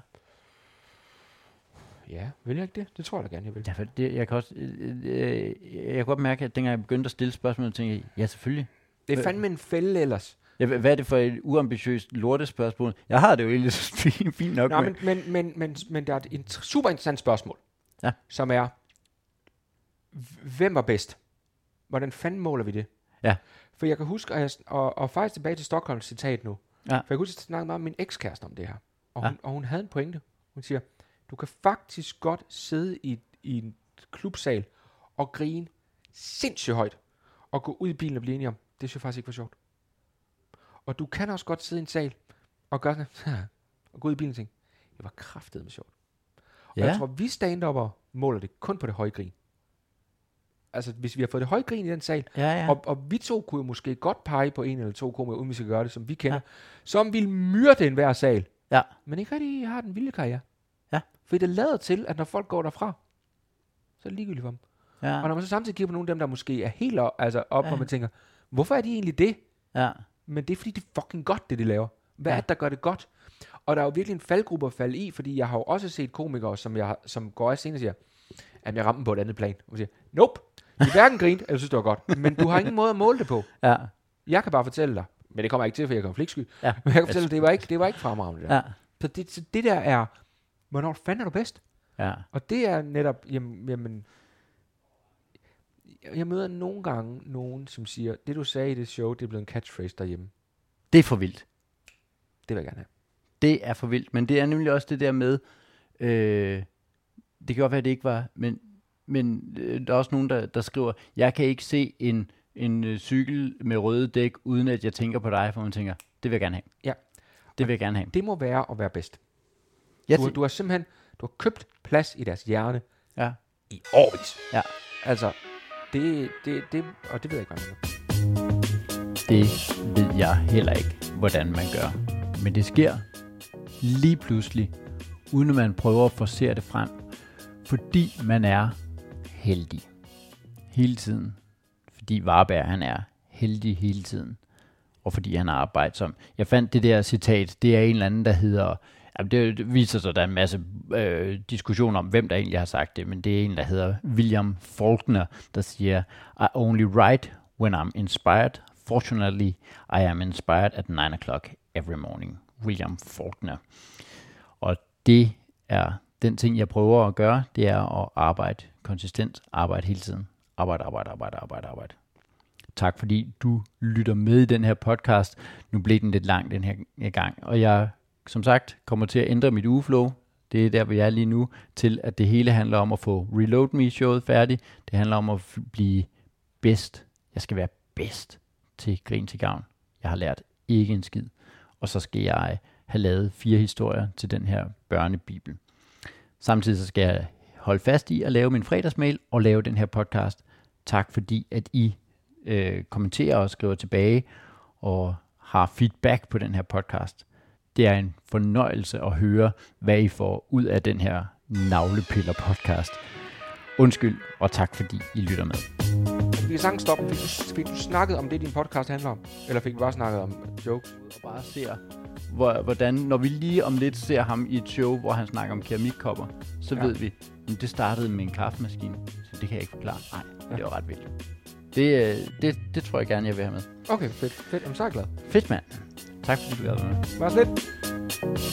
Ja, vil jeg ikke det? Det tror jeg da gerne, jeg vil. Ja, for det, jeg kan godt mærke, at dengang jeg begyndte at stille spørgsmål, tænkte jeg, ja, selvfølgelig. Det er fandme en fælde ellers. Ja, hvad er det for et uambitiøst lortespørgsmål? Jeg har det jo egentlig fint nok med. Men der er et super interessant spørgsmål, som er, hvem var bedst? Hvordan fanden måler vi det? Ja. For jeg kan huske, og faktisk tilbage til Stockholms citat nu, for jeg kan huske, at jeg snakkede meget med min ekskæreste om det her, og hun havde en pointe. Hun siger, du kan faktisk godt sidde i en klubsal og grine sindssygt højt, og gå ud i bilen og blive enige om, det synes jeg faktisk ikke var sjovt. Og du kan også godt sidde i en sal og gøre sådan, og gå ud i bilen og tænke, det var kraftedeme sjovt. Og jeg tror, vi stand-upper måler det kun på det høje grin. Altså, hvis vi har fået det høje grin i den sal, og vi to kunne jo måske godt pege på en eller to komikere, uden vi skal gøre det, som vi kender, som vil myrde en hver sal, men ikke rigtig har den vilde karriere. Ja. For det lader til, at når folk går derfra, så er det ligegyldigt for dem. Ja. Og når man så samtidig kigger på nogle af dem, der måske er helt op, hvor man tænker, hvorfor er de egentlig det? Ja. Men det er fordi, det er fucking godt, det de laver. Hvad er det, der gør det godt? Og der er jo virkelig en faldgruppe at falde i, fordi jeg har jo også set komikere, som går af scenen og siger, at jeg ramte dem på et andet plan. Og siger, nope, de hverken grint, eller synes, det var godt. Men du har ingen måde at måle det på. Ja. Jeg kan bare fortælle dig, men det kommer ikke til, for jeg er konfliktsky. Ja. Men jeg kan fortælle dig, det var ikke fremragende. Ja. Så det der er, hvornår fanden er du bedst? Ja. Og det er netop, jamen, jeg møder nogle gange nogen, som siger, det du sagde i det show, det er blevet en catchphrase derhjemme. Det er for vildt. Det vil jeg gerne have. Det er for vildt, men det er nemlig også det der med, det kan godt være, at det ikke var, men der er også nogen, der skriver, jeg kan ikke se en cykel med røde dæk, uden at jeg tænker på dig, for man tænker, det vil jeg gerne have. Ja. Det vil jeg gerne have. Det må være at være bedst. Du har simpelthen, du har købt plads i deres hjerne i årvis. Ja. Altså, det, og det ved jeg ikke, hvad man det ved jeg heller ikke, hvordan man gør. Men det sker lige pludselig, uden at man prøver at forcere det frem, fordi man er heldig. Hele tiden. Fordi Varberg, han er heldig hele tiden. Og fordi han er arbejdsom. Jeg fandt det der citat, det er en eller anden, der hedder... Det viser sig, at der er en masse diskussion om, hvem der egentlig har sagt det, men det er en, der hedder William Faulkner, der siger, I only write when I'm inspired. Fortunately, I am inspired at 9 o'clock every morning. William Faulkner. Og det er den ting, jeg prøver at gøre, det er at arbejde konsistent, arbejde hele tiden. Arbejde. Tak fordi du lytter med i den her podcast. Nu blev den lidt lang den her gang, og jeg, som sagt, kommer til at ændre mit ugeflow. Det er der, hvor jeg er lige nu, til at det hele handler om at få Reload Me-showet færdigt. Det handler om at blive bedst. Jeg skal være bedst til Grin til Gavn. Jeg har lært ikke en skid. Og så skal jeg have lavet 4 historier til den her børnebibel. Samtidig så skal jeg holde fast i at lave min fredagsmail og lave den her podcast. Tak fordi, at I kommenterer og skriver tilbage og har feedback på den her podcast. Det er en fornøjelse at høre, hvad I får ud af den her navlepiller podcast. Undskyld, og tak fordi I lytter med. Vi kan sagtens stoppe. Fik du snakket om det, din podcast handler om? Eller fik vi bare snakket om jokes? Og bare ser, hvordan, når vi lige om lidt ser ham i et show, hvor han snakker om keramikkopper, så ved vi, at det startede med en kaffemaskine. Så det kan jeg ikke forklare. Nej, det var ret vildt. Det tror jeg gerne, jeg vil have med. Okay, fedt. Jamen, så er jeg glad. Fedt, mand. Tak fordi du var med. Var så lidt.